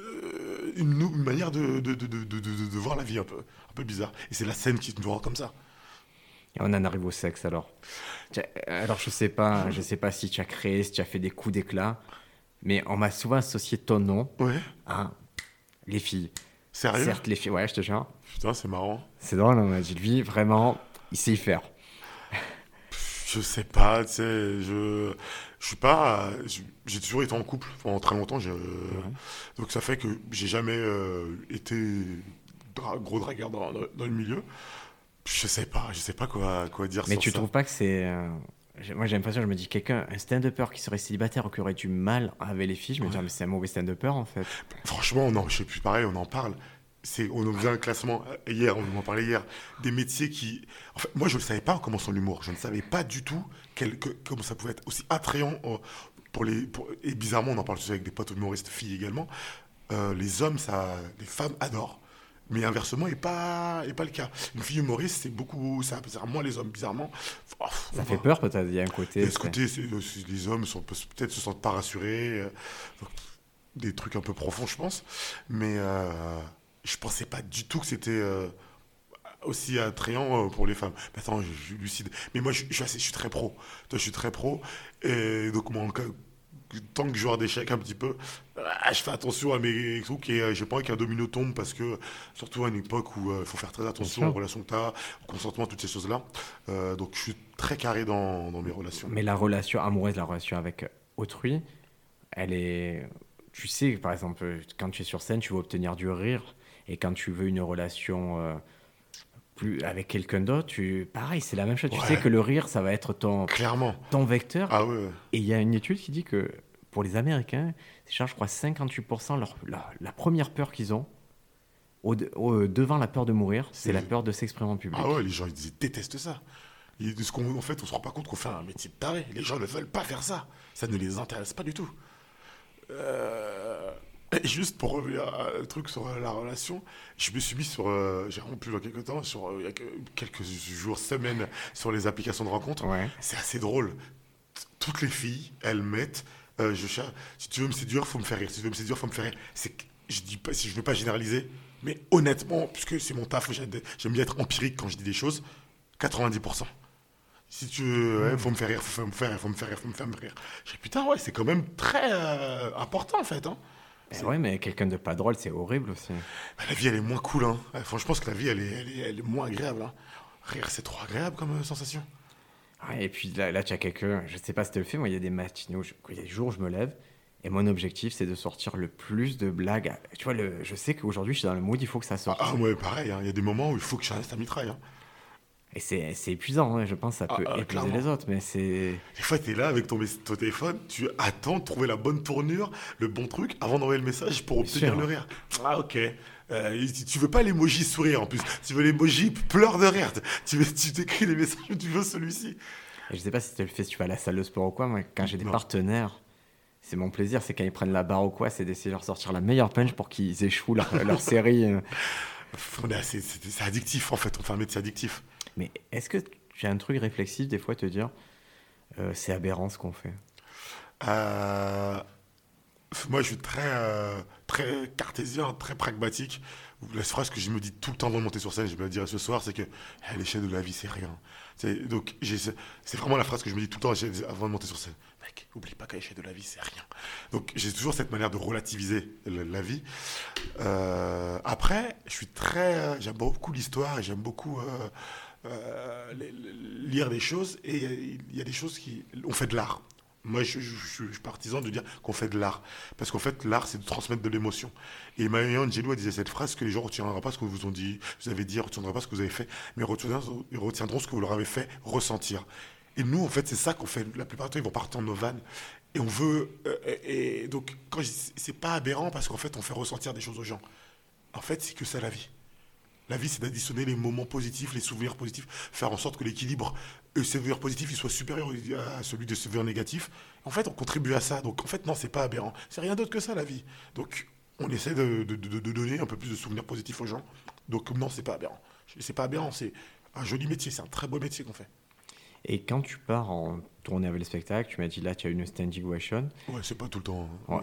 une manière de voir la vie un peu bizarre. Et c'est la scène qui nous rend comme ça. Et on en arrive au sexe alors. Alors je sais pas si tu as créé, si tu as fait des coups d'éclat, mais on m'a souvent associé ton nom Ouais. à les filles. Sérieux? Certes, les filles, ouais, je te jure. Putain, c'est marrant. C'est drôle, on m'a dit, lui, vraiment, il sait y faire. Je sais pas, tu sais, je suis pas. J'ai toujours été en couple pendant très longtemps. Donc ça fait que j'ai jamais été gros dragueur dans le milieu. Je sais pas quoi dire Mais sur tu ça. trouves pas que c'est... Moi, j'ai l'impression, je me dis, un stand-upper qui serait célibataire ou qui aurait du mal avec les filles, je me dis, ah, mais c'est un mauvais stand-upper, en fait. Franchement, non, je sais plus pareil, on en parle. On faisait un classement hier, on en parlait hier, des métiers qui. En fait, moi, je ne savais pas en commençant l'humour. Je ne savais pas du tout comment ça pouvait être aussi attrayant et bizarrement, on en parle aussi avec des potes humoristes filles également. Les hommes, les femmes adorent. Mais inversement, n'est pas le cas. Une fille humoriste, c'est beaucoup. Ça moins les hommes, bizarrement. Ça fait peur, peut-être, il y a un côté. De ce côté, les hommes peut-être se sentent pas rassurés. Des trucs un peu profonds, je pense. Mais je pensais pas du tout que c'était aussi attrayant pour les femmes. Mais attends, je suis lucide. Mais moi, je suis très pro. Toi, je suis très pro. Et donc, moi, tant que joueur d'échecs un petit peu, je fais attention à mes trucs et j'ai pas envie qu'un domino tombe parce que, surtout à une époque où il faut faire très Bien attention aux sûr. relations que tu as, au consentement, toutes ces choses-là. Donc je suis très carré dans mes relations. Mais la relation amoureuse, la relation avec autrui, elle est. Tu sais, par exemple, quand tu es sur scène, tu veux obtenir du rire. Et quand tu veux une relation plus avec quelqu'un d'autre, pareil, c'est la même chose. Tu sais que Ouais, le rire, ça va être clairement. ton vecteur. Ah ouais. Et il y a une étude qui dit que pour les Américains, c'est genre, je crois, 58% la première peur qu'ils ont, devant la peur de mourir, c'est la C'est- peur de s'exprimer en Ah ouais, public. les gens ils détestent ça. En fait, on se rend pas compte qu'on fait un métier de taré. Les gens ne veulent pas faire ça. Ça ne les intéresse pas du tout. Euh, et juste pour revenir à un truc sur la relation, je me suis mis sur, j'ai rompu il y a quelques temps, il y a quelques jours, semaines, sur les applications de rencontres. Ouais. C'est assez drôle. Toutes les filles, elles mettent, si tu veux me séduire, faut me faire rire. Si tu veux me séduire, faut me faire rire. Je dis pas, si je veux pas généraliser, mais honnêtement, puisque c'est mon taf, j'aime bien être empirique quand je dis des choses, 90%. Si tu veux, ouais, faut me faire rire, faut me faire rire, faut me faire rire, faut me faire rire. Je dis putain, ouais, c'est quand même très important en fait. Hein. Ben ouais, mais quelqu'un de pas drôle, c'est horrible aussi. Bah, la vie, elle est moins cool. Hein. Ouais, franchement, je pense que la vie, elle est moins agréable. Hein. Rire, c'est trop agréable comme sensation. Ouais, et puis là, tu as quelqu'un, je sais pas si tu le fais, moi, il y a des matinées il y a des jours où je me lève, et mon objectif, c'est de sortir le plus de blagues. Tu vois, je sais qu'aujourd'hui, je suis dans le mood, il faut que ça sorte. Ouais, pareil. Hein. Il y a des moments où il faut que je reste à mitraille. Hein. Et c'est épuisant, hein, je pense, ça peut épuiser Clairement. les autres, mais c'est. Des fois, tu es là avec ton téléphone, tu attends de trouver la bonne tournure, le bon truc, avant d'envoyer le message pour Bien obtenir sûr. le rire. Ah, ok. Tu veux pas l'emoji sourire en plus. Tu veux l'emoji pleure de rire. Tu t'écris les messages, tu veux celui-ci. Et je sais pas si tu le fais, si tu vas à la salle de sport ou quoi, moi, quand j'ai des Non. partenaires, c'est mon plaisir, c'est quand ils prennent la barre ou quoi, c'est d'essayer de leur sortir la meilleure punch pour qu'ils échouent leur série. C'est addictif en fait. On fait un métier addictif. Mais est-ce que j'ai un truc réflexif, des fois, te dire, c'est aberrant ce qu'on fait? Euh, Moi, je suis très cartésien, très pragmatique. La phrase que je me dis tout le temps avant de monter sur scène, je me la dirai ce soir, c'est que l'échelle de la vie, c'est rien. Donc, c'est vraiment la phrase que je me dis tout le temps avant de monter sur scène. Mec, oublie pas qu'à l'échelle de la vie, c'est rien. Donc, j'ai toujours cette manière de relativiser la vie. Après, j'aime beaucoup l'histoire et j'aime beaucoup lire des choses. Et il y a des choses on fait de l'art. Moi, je suis partisan de dire qu'on fait de l'art. Parce qu'en fait, l'art, c'est de transmettre de l'émotion. Et Maya Angelou, elle disait cette phrase que les gens ne retiendront pas ce que vous ont dit, vous avez dit, ne retiendront pas ce que vous avez fait, mais ils retiendront ce que vous leur avez fait ressentir. Et nous, en fait, c'est ça qu'on fait. La plupart du temps, ils vont partir dans nos vannes. Et on veut. Et donc, quand je dis, c'est pas aberrant parce qu'en fait, on fait ressentir des choses aux gens. En fait, c'est que ça la vie. La vie, c'est d'additionner les moments positifs, les souvenirs positifs, faire en sorte que l'équilibre, souvenirs positifs, il soit supérieur à celui des souvenirs négatifs. En fait, on contribue à ça. Donc, en fait, non, c'est pas aberrant. C'est rien d'autre que ça, la vie. Donc, on essaie de donner un peu plus de souvenirs positifs aux gens. Donc, non, c'est pas aberrant. C'est pas aberrant, c'est un joli métier, c'est un très beau métier qu'on fait. Et quand tu pars en tournée avec le spectacle, tu m'as dit là, tu as une standing ovation. Ouais, c'est pas tout le temps. Ouais,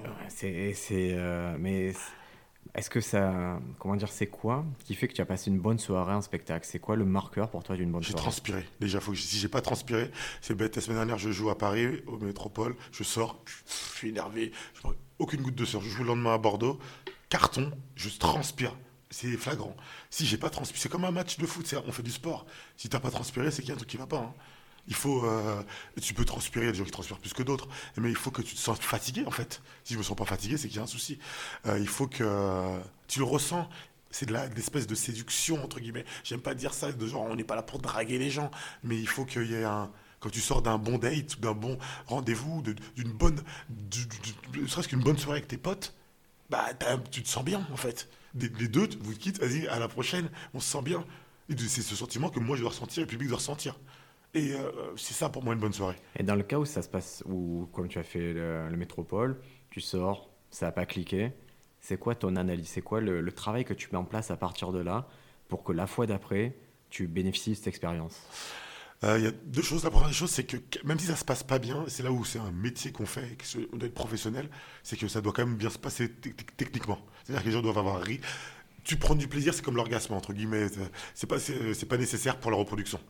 mais est-ce que ça, comment dire, c'est quoi qui fait que tu as passé une bonne soirée en spectacle? C'est quoi le marqueur pour toi d'une bonne J'ai soirée? transpiré. Déjà, si j'ai pas transpiré, c'est bête. La semaine dernière, je joue à Paris, au Métropole. Je sors, je suis énervé. Je prends aucune goutte de sueur. Je joue le lendemain à Bordeaux. Carton, je transpire. C'est flagrant. Si j'ai pas transpiré, c'est comme un match de foot. On fait du sport. Si t'as pas transpiré, c'est qu'il y a un truc qui va pas. Hein. Il faut, tu peux transpirer, il y a des gens qui transpirent plus que d'autres, mais il faut que tu te sentes fatigué en fait. Si je me sens pas fatigué, c'est qu'il y a un souci. Il faut que tu le ressens. C'est de l'espèce de séduction entre guillemets. J'aime pas dire ça de genre on n'est pas là pour draguer les gens, mais il faut qu'il y ait un quand tu sors d'un bon date ou d'un bon rendez-vous, d'une bonne, ne serait-ce qu'une bonne soirée avec tes potes, bah tu te sens bien en fait. Les deux, vous quittez, vas-y à la prochaine, on se sent bien. Et c'est ce sentiment que moi je dois ressentir et le public doit ressentir. Et c'est ça pour moi une bonne soirée. Et dans le cas où ça se passe, ou comme tu as fait le Métropole, tu sors, ça n'a pas cliqué, c'est quoi ton analyse? C'est quoi le travail que tu mets en place à partir de là pour que la fois d'après, tu bénéficies de cette expérience? Il y a deux choses. La première chose, c'est que même si ça se passe pas bien, c'est là où c'est un métier qu'on fait, et on doit être professionnel, c'est que ça doit quand même bien se passer techniquement. C'est-à-dire que les gens doivent avoir ri. Tu prends du plaisir, c'est comme l'orgasme, entre guillemets. C'est pas nécessaire pour la reproduction.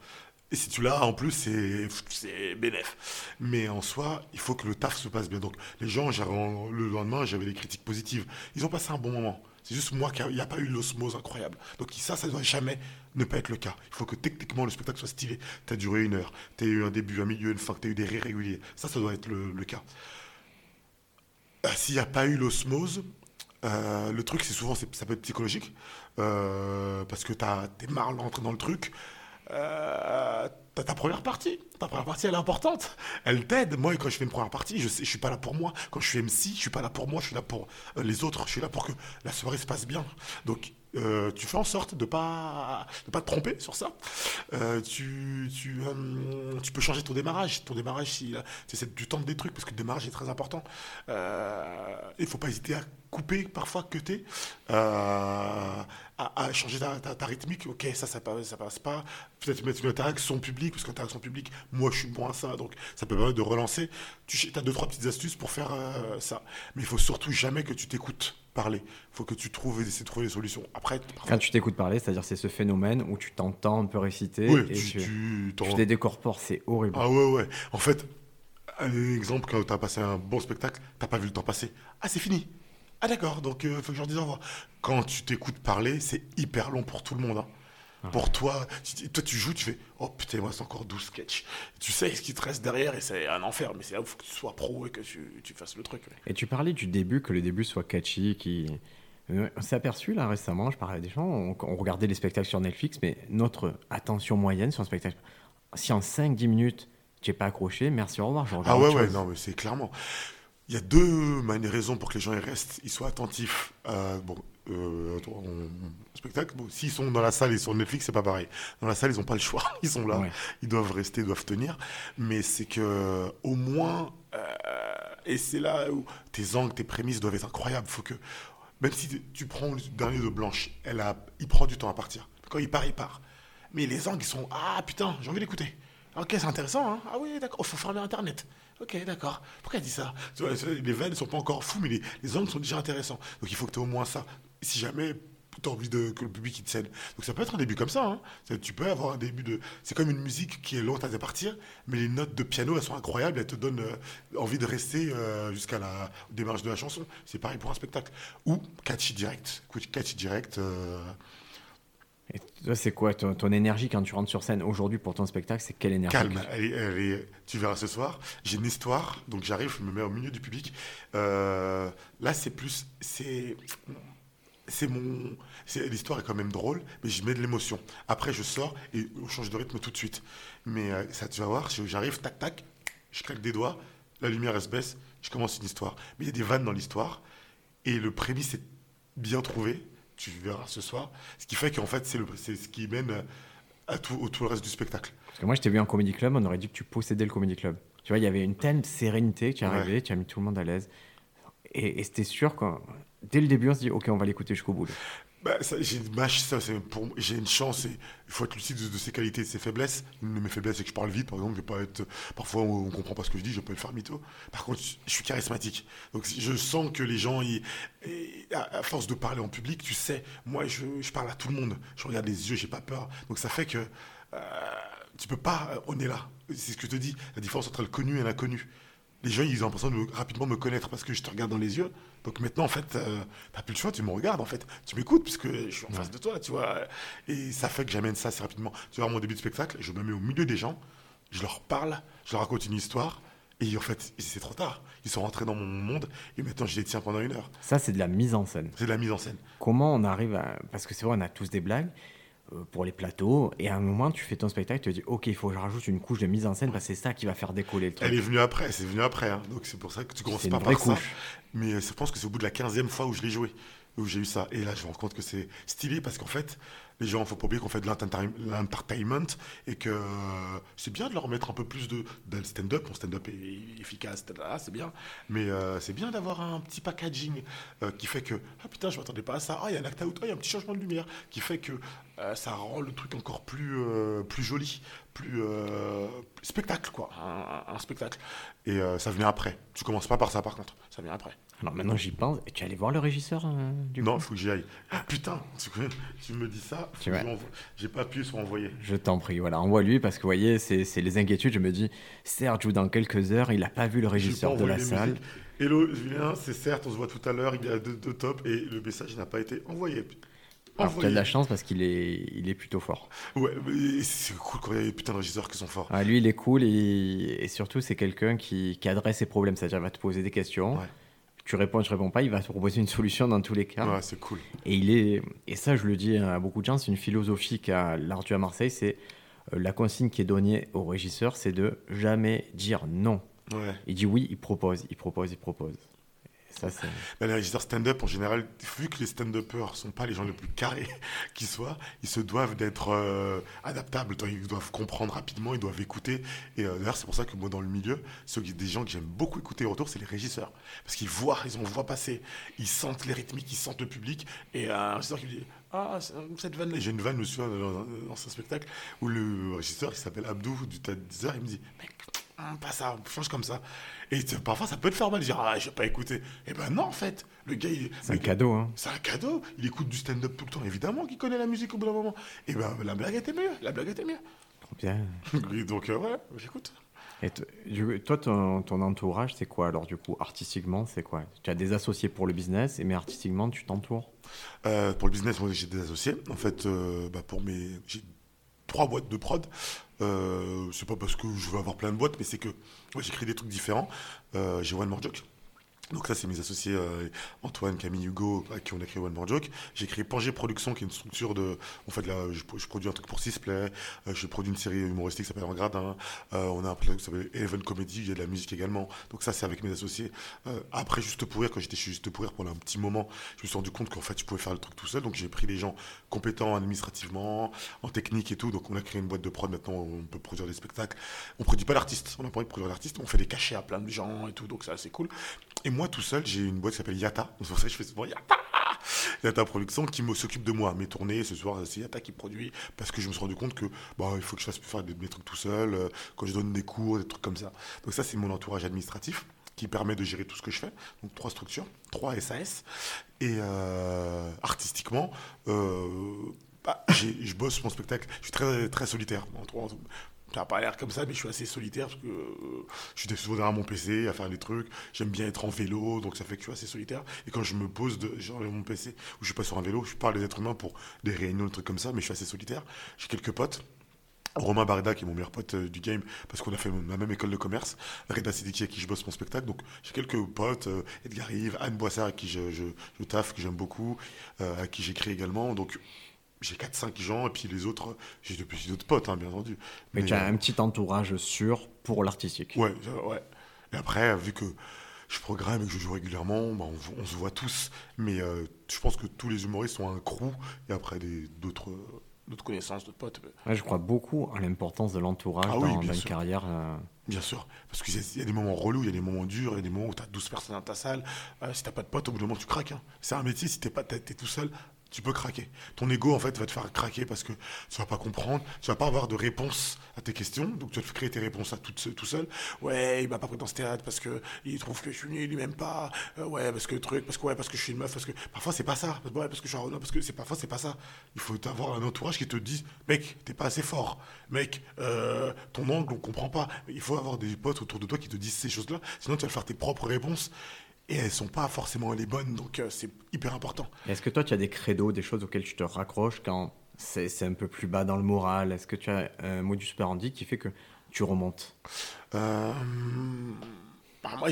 Et si tu l'as, en plus, c'est bénef. Mais en soi, il faut que le taf se passe bien. Donc, les gens, le lendemain, j'avais des critiques positives. Ils ont passé un bon moment. C'est juste moi qu'il n'y a pas eu l'osmose incroyable. Donc, ça ne doit jamais ne pas être le cas. Il faut que techniquement, le spectacle soit stylé. Tu as duré 1 heure. Tu as eu un début, un milieu, une fin. Tu as eu des rires réguliers. Ça doit être le cas. S'il n'y a pas eu l'osmose, le truc, c'est souvent, ça peut être psychologique. Parce que t'es marre d'entrer dans le truc. T'as ta première partie. Ta première partie, elle est importante. Elle t'aide. Moi, quand je fais une première partie, je suis pas là pour moi. Quand je suis MC, je suis pas là pour moi. Je suis là pour les autres. Je suis là pour que la soirée se passe bien. Donc, tu fais en sorte de pas te tromper sur ça. Tu peux changer ton démarrage. Ton démarrage, si tu tentes des trucs, parce que le démarrage est très important. Il faut pas hésiter à couper parfois, cutter, à changer ta rythmique. Ok, ça passe pas. Peut-être mettre une interaction publique, parce qu'interaction publique, moi je suis bon à ça, donc ça peut permettre de relancer. Tu as 2-3 petites astuces pour faire ça. Mais il faut surtout jamais que tu t'écoutes parler. Il faut que tu essaies de trouver des solutions. Après, Quand tu t'écoutes parler, c'est-à-dire c'est ce phénomène où tu t'entends un peu réciter oui, et tu te décorpores, c'est horrible. Ah ouais. En fait, un exemple, quand tu as passé un bon spectacle, t'as pas vu le temps passer. Ah, c'est fini. Ah d'accord, donc faut que je leur dise au revoir. Quand tu t'écoutes parler, c'est hyper long pour tout le monde. Hein. Pour toi, tu joues, tu fais oh putain, moi c'est encore 12 sketchs. Tu sais ce qui te reste derrière et c'est un enfer, mais c'est là où il faut que tu sois pro et que tu fasses le truc. Et tu parlais du début, que le début soit catchy, on s'est aperçu là récemment, je parlais à des gens, on regardait les spectacles sur Netflix, mais notre attention moyenne sur un spectacle, si en 5-10 minutes tu n'es pas accroché, merci, au revoir, je regarde autre chose. Non, mais c'est clairement. Il y a deux raisons pour que les gens ils soient attentifs à un spectacle. Bon, s'ils sont dans la salle et sur Netflix, c'est pas pareil. Dans la salle, ils n'ont pas le choix. Ils sont là, ils doivent rester, ils doivent tenir. Mais c'est que au moins, et c'est là où tes angles, tes prémices doivent être incroyables. Faut que, même si tu prends le dernier de Blanche, il prend du temps à partir. Quand il part, il part. Mais les angles, ils sont ah putain, j'ai envie d'écouter. Ok, c'est intéressant, hein. Ah oui, d'accord. Il faut fermer Internet. Ok, d'accord. Pourquoi elle dit ça? Tu vois, les vannes ne sont pas encore fous, mais les angles sont déjà intéressants. Donc il faut que tu aies au moins ça. Si jamais tu as envie que le public il te cède. Donc ça peut être un début comme ça. Hein. Tu peux avoir un début de. C'est comme une musique qui est lente à partir, mais les notes de piano, elles sont incroyables. Elles te donnent envie de rester jusqu'à la démarche de la chanson. C'est pareil pour un spectacle. Ou catchy direct. Catchy direct. Et toi, c'est quoi ton énergie quand tu rentres sur scène aujourd'hui pour ton spectacle? C'est quelle énergie? Calme, tu verras ce soir. J'ai une histoire, donc j'arrive, je me mets au milieu du public. Là, c'est plus, l'histoire est quand même drôle, mais je mets de l'émotion. Après, je sors et on change de rythme tout de suite. Mais ça, tu vas voir, j'arrive, tac, tac, je claque des doigts, la lumière elle se baisse, je commence une histoire. Mais il y a des vannes dans l'histoire et le prémisse est bien trouvé. Tu verras ce soir. Ce qui fait qu'en fait, c'est ce qui mène à tout le reste du spectacle. Parce que moi, je t'ai vu en Comedy Club, on aurait dit que tu possédais le Comedy Club. Tu vois, il y avait une telle sérénité qui est arrivée, tu as mis tout le monde à l'aise. Et c'était sûr que dès le début, on se dit, ok, on va l'écouter jusqu'au bout. J'ai une chance et il faut être lucide de ses qualités et de ses faiblesses. Une de mes faiblesses, c'est que je parle vite, par exemple. Je vais pas être, parfois, on comprend pas ce que je dis, je peux le faire mytho. Par contre, je suis charismatique. Donc, je sens que les gens, à force de parler en public, tu sais, moi, je parle à tout le monde. Je regarde les yeux, j'ai pas peur. Donc, ça fait que tu peux pas, on est là. C'est ce que je te dis, la différence entre le connu et l'inconnu. Les gens, ils ont l'impression de rapidement me connaître parce que je te regarde dans les yeux. Donc maintenant, en fait, t'as plus le choix, tu me regardes, en fait. Tu m'écoutes puisque je suis en face de toi, tu vois. Et ça fait que j'amène ça assez rapidement. Tu vois, mon début de spectacle, je me mets au milieu des gens, je leur parle, je leur raconte une histoire. Et en fait, c'est trop tard. Ils sont rentrés dans mon monde et maintenant, je les tiens pendant 1 heure. Ça, c'est de la mise en scène. C'est de la mise en scène. Comment on arrive à... Parce que c'est vrai, on a tous des blagues pour les plateaux, et à un moment tu fais ton spectacle, tu te dis ok, il faut que je rajoute une couche de mise en scène parce que c'est ça qui va faire décoller le truc. Elle est venue après, c'est venu après, hein. Donc c'est pour ça que tu commences pas par ça. Mais je pense que c'est au bout de la 15e fois où je l'ai joué, où j'ai eu ça. Et là je me rends compte que c'est stylé parce qu'en fait, les gens, il ne faut pas oublier qu'on fait de l'entertainment et que c'est bien de leur mettre un peu plus de stand-up. Mon stand-up est efficace, c'est bien. Mais c'est bien d'avoir un petit packaging qui fait que, ah putain, je ne m'attendais pas à ça. Ah, il y a un act out, il y a un petit changement de lumière qui fait que ça rend le truc encore plus joli, plus spectacle, quoi. Un spectacle. Et ça vient après. Tu commences pas par ça, par contre. Ça vient après. Alors maintenant j'y pense. Et tu es allé voir le régisseur du Non, coup? il faut que j'y aille. Ah putain, tu me dis ça, Tu vois, j'ai pas appuyé sur envoyer. je t'en prie, voilà, envoie-lui parce que vous voyez, c'est les inquiétudes. Je me dis, Serge joue dans quelques heures, il n'a pas vu le J'ai pas régisseur de envoyé la les salle. musiques. Hello Julien, c'est certes, on se voit tout à l'heure, il est à deux top et le message n'a pas été envoyé. Alors tu as de Envoyé. la chance parce qu'il est plutôt fort. Ouais, mais c'est cool quand il y a des putains de régisseurs qui sont forts. Ah, lui, il est cool et surtout, c'est quelqu'un qui adresse ses problèmes. C'est-à-dire, il va te poser des questions. Ouais, Tu réponds pas, il va te proposer une solution dans tous les cas. ouais, c'est cool. Et ça, je le dis à beaucoup de gens, c'est une philosophie qu'a l'Ardu à Marseille, c'est la consigne qui est donnée au régisseur, c'est de jamais dire non. Ouais. Il dit oui, il propose, il propose, il propose. Et ça, c'est... Bah, les régisseurs stand-up, en général, vu que les stand-uppers sont pas les gens les plus carrés qui soient, ils se doivent d'être adaptables. Ils doivent comprendre rapidement, ils doivent écouter. Et d'ailleurs, c'est pour ça que moi, dans le milieu, des gens que j'aime beaucoup écouter autour, c'est les régisseurs. Parce qu'ils voient, ils en voient passer. Ils sentent les rythmiques, ils sentent le public. Et un régisseur qui me dit ah, cette vanne-là. J'ai une vanne, je me souviens, dans un spectacle où le régisseur, il s'appelle Abdou du Théâtre 10 heures, il me dit mec, pas ça, change comme ça. Et parfois, ça peut te faire mal de dire ah, je vais pas écouter. Eh ben non, en fait, le gars, C'est un cadeau, hein. c'est un cadeau. Il écoute du stand-up tout le temps. Évidemment qu'il connaît la musique au bout d'un moment. Et ben la blague était mieux. La blague était mieux. Trop bien. Et donc, ouais, j'écoute. Et toi, ton entourage, c'est quoi alors du coup, artistiquement, c'est quoi? Tu as des associés pour le business, mais artistiquement, tu t'entoures? Pour le business, moi, j'ai des associés. En fait, j'ai 3 boîtes de prod. C'est pas parce que je veux avoir plein de boîtes, mais c'est que moi, j'écris des trucs différents. J'ai One More Joke. Donc ça, c'est mes associés Antoine, Camille, Hugo, avec qui on a créé One More Joke. J'ai créé Pangé Productions, qui est une structure de... En fait, là, je produis un truc pour Sisplay, je produis une série humoristique qui s'appelle En Gradin, on a un truc qui s'appelle Eleven Comedy, il y a de la musique également. Donc ça, c'est avec mes associés. Après, Juste pour rire, quand j'étais chez Juste pour rire pendant un petit moment, je me suis rendu compte qu'en fait, je pouvais faire le truc tout seul. Donc j'ai pris des gens compétents administrativement, en technique et tout. Donc on a créé une boîte de prod, maintenant, on peut produire des spectacles. On produit pas l'artiste, on n'a pas envie de produire l'artiste, on fait des cachets à plein de gens et tout, donc ça, c'est cool. Et moi, tout seul, j'ai une boîte qui s'appelle Yata. C'est pour ça que je fais souvent Yata. Yata Production qui s'occupe de moi. Mes tournées, ce soir, c'est Yata qui produit. Parce que je me suis rendu compte que il faut que je fasse faire mes trucs tout seul. Quand je donne des cours, des trucs comme ça. Donc ça, c'est mon entourage administratif qui permet de gérer tout ce que je fais. Donc 3 structures, 3 SAS. Et artistiquement, je bosse mon spectacle. Je suis très, très solitaire. Ça n'a pas l'air comme ça, mais je suis assez solitaire parce que je suis souvent derrière mon PC à faire des trucs. J'aime bien être en vélo, donc ça fait que je suis assez solitaire. Et quand je me pose genre mon PC ou je suis pas sur un vélo, je parle des êtres humains pour des réunions, des trucs comme ça, mais je suis assez solitaire. J'ai quelques potes. Romain Barda, qui est mon meilleur pote du game, parce qu'on a fait la même école de commerce. Reda Sidiki, avec qui je bosse mon spectacle. Donc j'ai quelques potes. Edgar Yves, Anne Boissard, avec qui je taffe, que j'aime beaucoup, avec qui j'écris également. Donc j'ai 4 5 gens, et puis les autres, j'ai d'autres potes, hein, bien entendu. Mais tu as euh, un petit entourage sûr pour l'artistique. Ouais, ouais. Et après, vu que je programme et que je joue régulièrement, on se voit tous. Mais je pense que tous les humoristes ont un crew et après d'autres connaissances, d'autres potes. Ouais, je crois beaucoup à l'importance de l'entourage Ah oui, dans bien une sûr. carrière. Bien sûr. Parce qu'il y a des moments relous, il y a des moments durs, il y a des moments où tu as 12 personnes dans ta salle. Si t'as pas de potes, au bout d'un moment, tu craques, hein. C'est un métier, si t'es tout seul, tu peux craquer. Ton ego, en fait, va te faire craquer parce que tu vas pas comprendre, tu vas pas avoir de réponse à tes questions, donc tu vas te créer tes réponses tout seul. Ouais, il m'a pas pris dans ce théâtre parce que il trouve que je suis nul, il m'aime pas. Ouais, parce que parce que je suis une meuf, parce que parfois c'est pas ça. Ouais, parce que je suis un Renaud, parce que parfois c'est pas ça. Il faut avoir un entourage qui te dise, mec, t'es pas assez fort. Mec, ton angle, on comprend pas. Il faut avoir des potes autour de toi qui te disent ces choses-là, sinon tu vas faire tes propres réponses. Et elles sont pas forcément les bonnes, donc c'est hyper important. Est-ce que toi, tu as des credos, des choses auxquelles tu te raccroches quand c'est un peu plus bas dans le moral? Est-ce que tu as un modus operandi qui fait que tu remontes? Euh, Moi,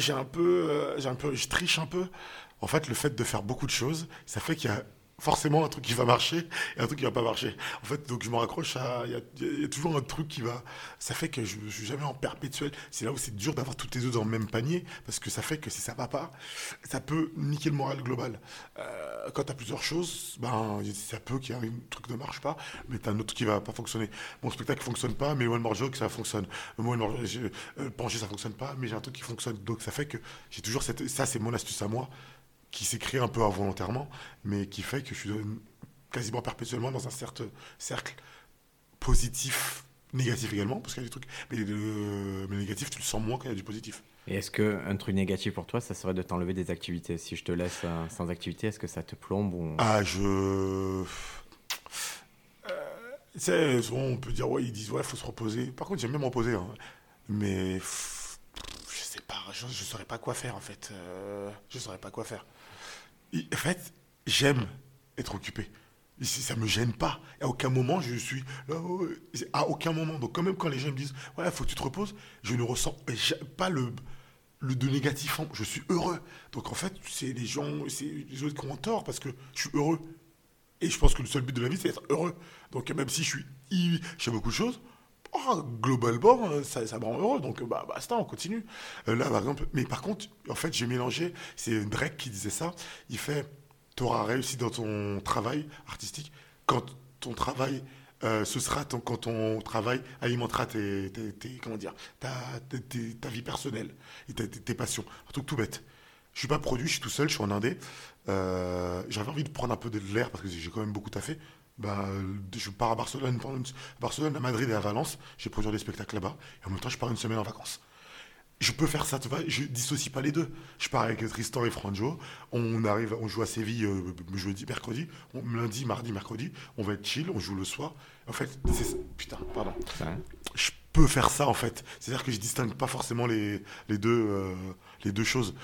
je triche un peu. En fait, le fait de faire beaucoup de choses, ça fait qu'il y a forcément un truc qui va marcher et un truc qui va pas marcher. En fait, donc je me raccroche à, il y a toujours un truc qui va, ça fait que je suis jamais en perpétuel. C'est là où c'est dur d'avoir toutes tes œufs dans le même panier parce que ça fait que si ça va pas, ça peut niquer le moral global. Quand tu as plusieurs choses, ça peut qu'il y ait un truc qui ne marche pas, mais tu as un autre qui va pas fonctionner. Mon spectacle fonctionne pas, mais One More Joke, ça fonctionne. Penché, ça fonctionne pas, mais j'ai un truc qui fonctionne. Donc ça fait que j'ai toujours ça, c'est mon astuce à moi, qui s'est créé un peu involontairement, mais qui fait que je suis quasiment perpétuellement dans un cercle positif Négatif également, parce qu'il y a des trucs. Mais le négatif, tu le sens moins quand il y a du positif. Et est-ce qu'un truc négatif pour toi, ça serait de t'enlever des activités? Si je te laisse sans activité, est-ce que ça te plombe ou... Ah, tu sais, souvent on peut dire, ouais, ils disent, ouais, faut se reposer. Par contre, j'aime bien me reposer, hein. Mais je sais pas, je saurais pas quoi faire en fait. Je saurais pas quoi faire. En fait, j'aime être occupé. Ça me gêne pas. À aucun moment je suis là, à aucun moment. Donc quand même quand les gens me disent, ouais, faut que tu te reposes, je ne ressens pas le de négatif. Je suis heureux. Donc en fait, c'est les autres qui ont tort parce que je suis heureux. Et je pense que le seul but de la vie, c'est d'être heureux. Donc même si je fais beaucoup de choses, globalement, ça me rend heureux. Donc basta, on continue. Là, par exemple, mais par contre, en fait, j'ai mélangé. C'est Drake qui disait ça. Il fait, tu auras réussi dans ton travail artistique quand ton travail, quand ton travail alimentera comment dire, ta vie personnelle et tes passions. Un truc tout bête. Je suis pas produit, je suis tout seul, je suis en indé. J'avais envie de prendre un peu de l'air parce que j'ai quand même beaucoup taffé. Je pars à Barcelone, à Madrid et à Valence. J'ai produit des spectacles là-bas. Et en même temps, je pars une semaine en vacances. Je peux faire ça, tu vois. Je dissocie pas les deux. Je pars avec Tristan et Franjo. On joue à Séville jeudi, mercredi. Lundi, mardi, mercredi. On va être chill, on joue le soir. En fait, putain, pardon. Ouais. Je peux faire ça en fait. C'est-à-dire que je distingue pas forcément les deux choses.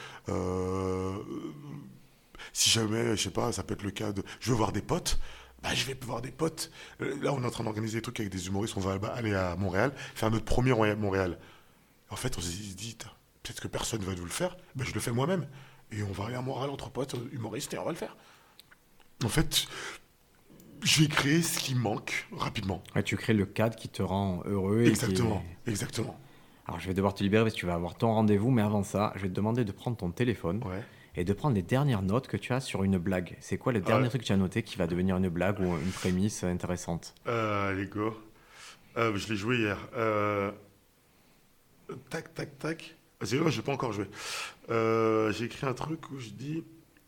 Si jamais, je sais pas, ça peut être le cas de, je veux voir des potes. Je vais voir des potes. Là, on est en train d'organiser des trucs avec des humoristes. On va aller à Montréal, faire notre premier Montréal. En fait, on s'est dit, peut-être que personne ne va nous le faire. Je le fais moi-même. Et on va aller à Montréal entre potes, humoristes, et on va le faire. En fait, je vais créer ce qui manque rapidement. Ouais, tu crées le cadre qui te rend heureux. Exactement. Alors, je vais devoir te libérer parce que tu vas avoir ton rendez-vous. Mais avant ça, je vais te demander de prendre ton téléphone. Ouais. Et de prendre les dernières notes que tu as sur une blague. C'est quoi le dernier truc que tu as noté qui va devenir une blague ou une prémisse intéressante? Allez, go. Je l'ai joué hier. Tac, tac, tac. C'est vrai, je l'ai pas encore joué. J'ai écrit un truc où je dis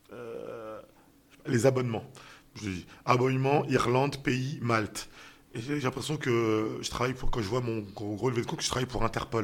les abonnements. Je dis abonnement, Irlande, pays, Malte. Et j'ai l'impression que je travaille quand je vois mon gros levé de compte, que je travaille pour Interpol.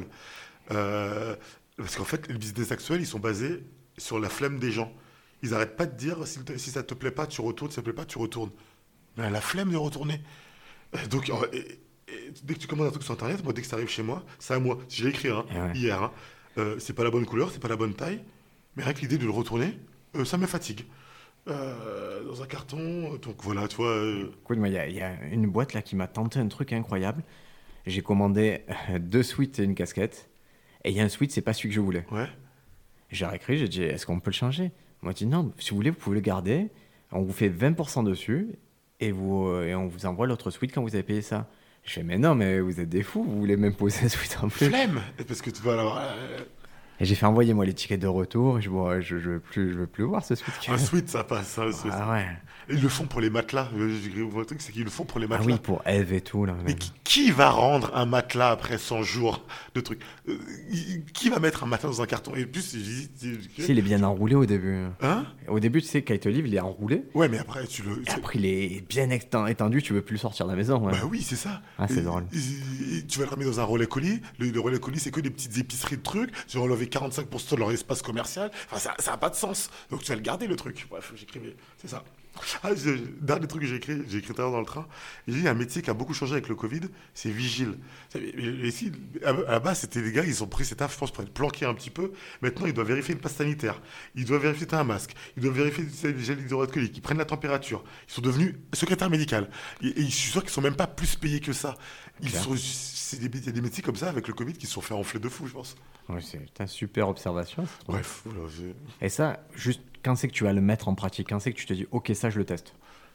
Parce qu'en fait, les business actuels, ils sont basés sur la flemme des gens. Ils n'arrêtent pas de dire si ça te plaît pas, tu retournes, si ça te plaît pas, tu retournes. Mais la flemme de retourner. Donc, dès que tu commandes un truc sur Internet, moi, dès que ça arrive chez moi, c'est à moi. J'ai écrit hier. Hein. C'est pas la bonne couleur, c'est pas la bonne taille. Mais rien que l'idée de le retourner, ça me fatigue. Dans un carton, donc voilà, tu vois. Écoute, il y a une boîte là qui m'a tenté un truc incroyable. J'ai commandé 2 sweats et une casquette. Et il y a un sweat, c'est pas celui que je voulais. Ouais. J'ai réécrit, j'ai dit, est-ce qu'on peut le changer? Moi, j'ai dit, non, si vous voulez, vous pouvez le garder. On vous fait 20% dessus et on vous envoie l'autre suite quand vous avez payé ça. Je fais, mais non, mais vous êtes des fous, vous voulez même poser un suite en plus. Flemme. Parce que tu vas l'avoir. Et j'ai fait envoyer moi les tickets de retour. Je veux plus voir ce suite. Un suite, ça passe. Ah ouais. Ils le font pour les matelas. Le truc, c'est qu'ils le font pour les matelas. Ah oui, pour Eve et tout. Là, mais qui va rendre un matelas après 100 jours de trucs? Qui va mettre un matelas dans un carton? Et plus, si, il est bien enroulé au début. Hein? Au début, tu sais, quand il te livre, il est enroulé. Ouais, mais après, Et après, il est bien étendu, tu veux plus sortir de la maison. Ouais. Bah oui, c'est ça. Ah, c'est drôle. Tu vas le ramener dans un relais colis. Le relais colis, c'est que des petites épiceries de trucs. Tu vas enlever 45% de leur espace commercial. Enfin, ça n'a pas de sens. Donc, tu vas le garder, le truc. Bref, j'écrivais. C'est ça. Dernier truc que j'ai écrit tout à l'heure dans le train. J'ai dit un métier qui a beaucoup changé avec le Covid, c'est vigile. Ici, à la base, c'était les gars, ils ont pris cet taf, je pense, pour être planqués un petit peu. Maintenant, ils doivent vérifier une passe sanitaire. Ils doivent vérifier que tu as un masque. Ils doivent vérifier les gels hydroalcooliques. Ils prennent la température. Ils sont devenus secrétaires médicaux. Et je suis sûr qu'ils sont même pas plus payés que ça. Il y a des métiers comme ça avec le Covid qui se sont fait enfler de fou, je pense. Ouais, c'est une super observation. Bref. Voilà, et ça, juste quand c'est que tu vas le mettre en pratique? Quand c'est que tu te dis, ok, ça, je le teste?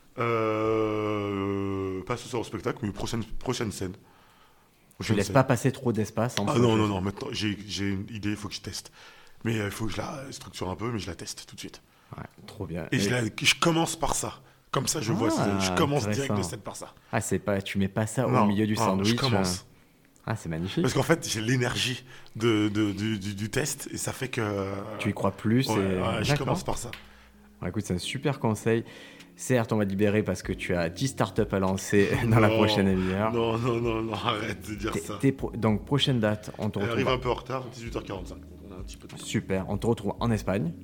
Pas ce soir au spectacle, mais prochaine scène. Tu ne laisses pas passer trop d'espace entre... Ah non, maintenant j'ai une idée, il faut que je teste. Mais il faut que je la structure un peu, mais je la teste tout de suite. Ouais, trop bien. Et je commence par ça. Comme ça, je vois, je commence direct de scène par ça. Ah, tu mets pas ça au milieu du sandwich. Je commence. Ah, c'est magnifique. Parce qu'en fait, j'ai l'énergie du test et ça fait que... Tu y crois plus. Je commence par ça. Ouais, écoute, c'est un super conseil. Certes, on va te libérer parce que tu as 10 startups à lancer dans la prochaine demi-heure. Non, arrête de dire ça. Donc, prochaine date, on te Elle retrouve. arrive un peu en retard, 18h45. On a un petit peu de temps. Super, on te retrouve en Espagne.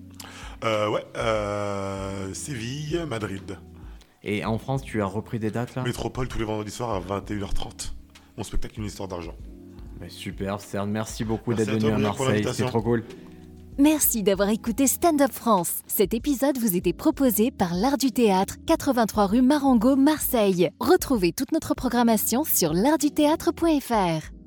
Séville, Madrid. Et en France, tu as repris des dates là? Métropole tous les vendredis soirs à 21h30. Mon spectacle, une histoire d'argent. Super, Serge, merci beaucoup Merci d'être à venu toi, à Briac, pour Marseille, c'est l'invitation. trop cool. Merci d'avoir écouté Stand Up France. Cet épisode vous était proposé par l'Art du Théâtre, 83 rue Marengo, Marseille. Retrouvez toute notre programmation sur l'artduthéâtre.fr.